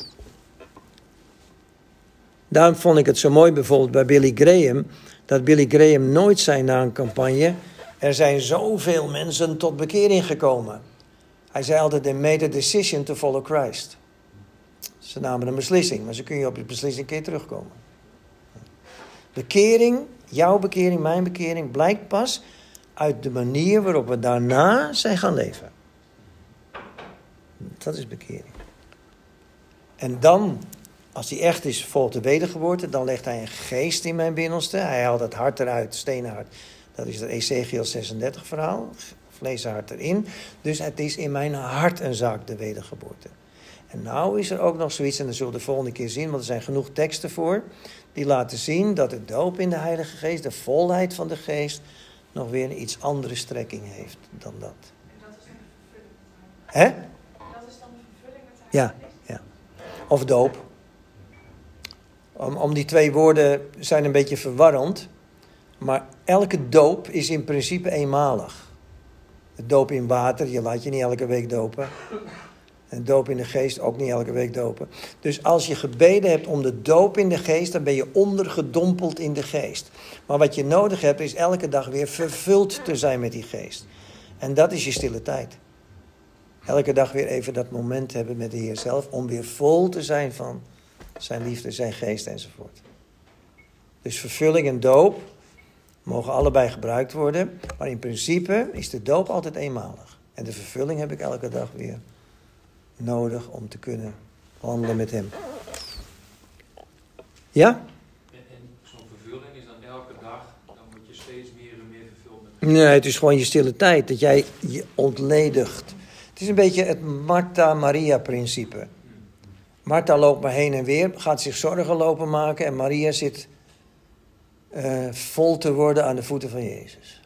Daarom vond ik het zo mooi bijvoorbeeld bij Billy Graham, dat Billy Graham nooit zei na een campagne, er zijn zoveel mensen tot bekering gekomen. Hij zei altijd, they made a decision to follow Christ. Ze namen een beslissing, maar ze kun je op je beslissing een keer terugkomen. Bekering, jouw bekering, mijn bekering, blijkt pas uit de manier waarop we daarna zijn gaan leven. Dat is bekering. En dan Als hij echt is, volgt de wedergeboorte, dan legt hij een geest in mijn binnenste. Hij haalt het hart eruit, stenen hart. Dat is het Ezekiel zesendertig verhaal. Vleeshart erin. Dus het is in mijn hart een zaak, de wedergeboorte. En nou is er ook nog zoiets, en dat zullen we de volgende keer zien, want er zijn genoeg teksten voor, die laten zien dat de doop in de Heilige Geest, de volheid van de Geest, nog weer een iets andere strekking heeft dan dat. En dat is dan de vervulling met de Hè? Heilige Geest. Dat is dan de vervulling met de Ja, Heilige Geest. ja. Of doop. Om, om die twee woorden zijn een beetje verwarrend. Maar elke doop is in principe eenmalig. De doop in water, je laat je niet elke week dopen. En doop in de geest ook niet elke week dopen. Dus als je gebeden hebt om de doop in de geest, dan ben je ondergedompeld in de geest. Maar wat je nodig hebt is elke dag weer vervuld te zijn met die geest. En dat is je stille tijd. Elke dag weer even dat moment hebben met de Heer zelf, om weer vol te zijn van zijn liefde, zijn geest enzovoort. Dus vervulling en doop mogen allebei gebruikt worden. Maar in principe is de doop altijd eenmalig. En de vervulling heb ik elke dag weer nodig om te kunnen wandelen met hem. Ja? En, en zo'n vervulling is dan elke dag, dan word je steeds meer en meer vervuld met hem. Nee, het is gewoon je stille tijd. Dat jij je ontledigt. Het is een beetje het Martha-Maria-principe. Martha loopt maar heen en weer, gaat zich zorgen lopen maken. En Maria zit uh, vol te worden aan de voeten van Jezus.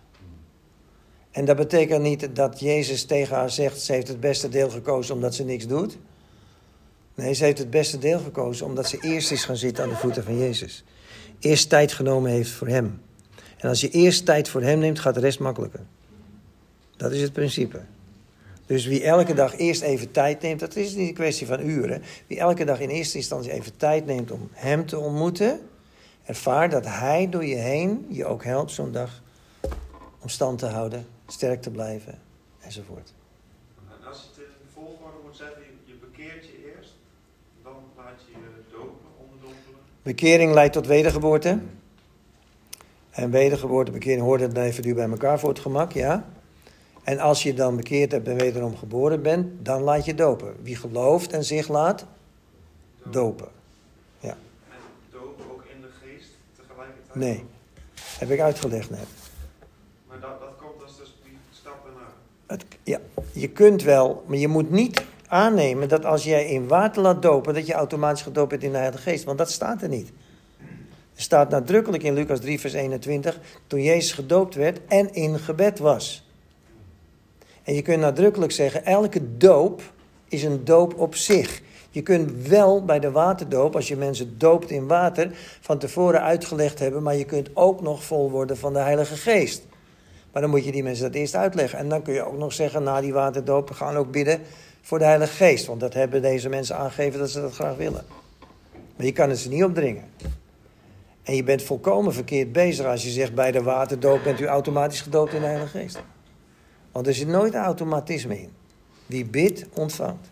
En dat betekent niet dat Jezus tegen haar zegt, ze heeft het beste deel gekozen omdat ze niks doet. Nee, ze heeft het beste deel gekozen omdat ze eerst is gaan zitten aan de voeten van Jezus. Eerst tijd genomen heeft voor hem. En als je eerst tijd voor hem neemt, gaat de rest makkelijker. Dat is het principe. Dus wie elke dag eerst even tijd neemt, dat is niet een kwestie van uren. Wie elke dag in eerste instantie even tijd neemt om hem te ontmoeten, ervaar dat hij door je heen je ook helpt zo'n dag om stand te houden, sterk te blijven, enzovoort. En als je het in volgorde moet zetten, je, je bekeert je eerst, dan laat je je dopen, onderdompelen. Bekering leidt tot wedergeboorte. En wedergeboorte, bekering hoort het even nu bij elkaar voor het gemak, ja. En als je dan bekeerd hebt en wederom geboren bent, dan laat je dopen. Wie gelooft en zich laat dopen. Ja. En dopen ook in de geest tegelijkertijd? Nee, heb ik uitgelegd net. Maar dat, dat komt als dus die stap daarna. Het, ja, je kunt wel, maar je moet niet aannemen dat als jij in water laat dopen, dat je automatisch gedoopt bent in de Heilige Geest. Want dat staat er niet. Er staat nadrukkelijk in Lucas drie vers eenentwintig, toen Jezus gedoopt werd en in gebed was. En je kunt nadrukkelijk zeggen, elke doop is een doop op zich. Je kunt wel bij de waterdoop, als je mensen doopt in water, van tevoren uitgelegd hebben, maar je kunt ook nog vol worden van de Heilige Geest. Maar dan moet je die mensen dat eerst uitleggen. En dan kun je ook nog zeggen, na die waterdoop, we gaan ook bidden voor de Heilige Geest. Want dat hebben deze mensen aangegeven dat ze dat graag willen. Maar je kan het ze niet opdringen. En je bent volkomen verkeerd bezig als je zegt, bij de waterdoop bent u automatisch gedoopt in de Heilige Geest. Want er zit nooit een automatisme in. Wie bidt, ontvangt.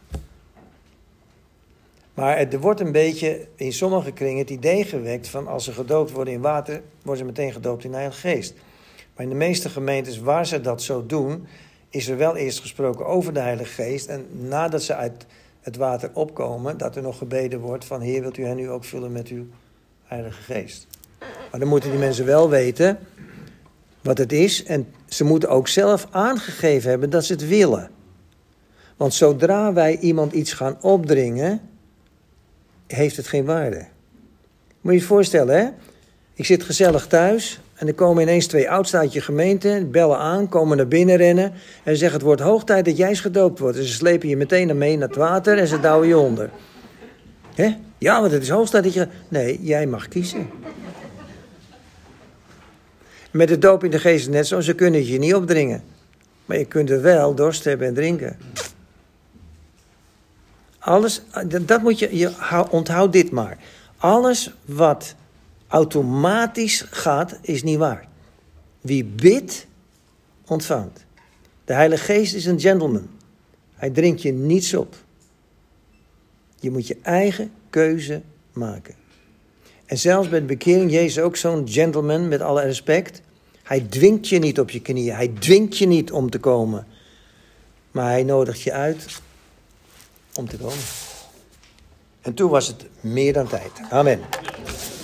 Maar er wordt een beetje in sommige kringen het idee gewekt van als ze gedoopt worden in water, worden ze meteen gedoopt in de Heilige Geest. Maar in de meeste gemeentes waar ze dat zo doen, is er wel eerst gesproken over de Heilige Geest. En nadat ze uit het water opkomen, dat er nog gebeden wordt van Heer, wilt u hen nu ook vullen met uw Heilige Geest. Maar dan moeten die mensen wel weten wat het is. En ze moeten ook zelf aangegeven hebben dat ze het willen. Want zodra wij iemand iets gaan opdringen, heeft het geen waarde. Moet je je voorstellen, hè? Ik zit gezellig thuis en er komen ineens twee oudsten uit je gemeente, bellen aan, komen naar binnen rennen en zeggen het wordt hoog tijd dat jij eens gedoopt wordt. En ze slepen je meteen naar mee naar het water en ze douwen je onder. Hè? Ja, want het is hoog tijd dat je... Nee, jij mag kiezen. Met de doop in de geest net zo, ze kunnen het je niet opdringen. Maar je kunt er wel dorst hebben en drinken. Alles, dat moet je, je onthoud dit maar. Alles wat automatisch gaat, is niet waar. Wie bidt, ontvangt. De Heilige Geest is een gentleman. Hij dringt je niets op. Je moet je eigen keuze maken. En zelfs bij de bekering, Jezus ook zo'n gentleman, met alle respect. Hij dwingt je niet op je knieën. Hij dwingt je niet om te komen. Maar hij nodigt je uit om te komen. En toen was het meer dan tijd. Amen.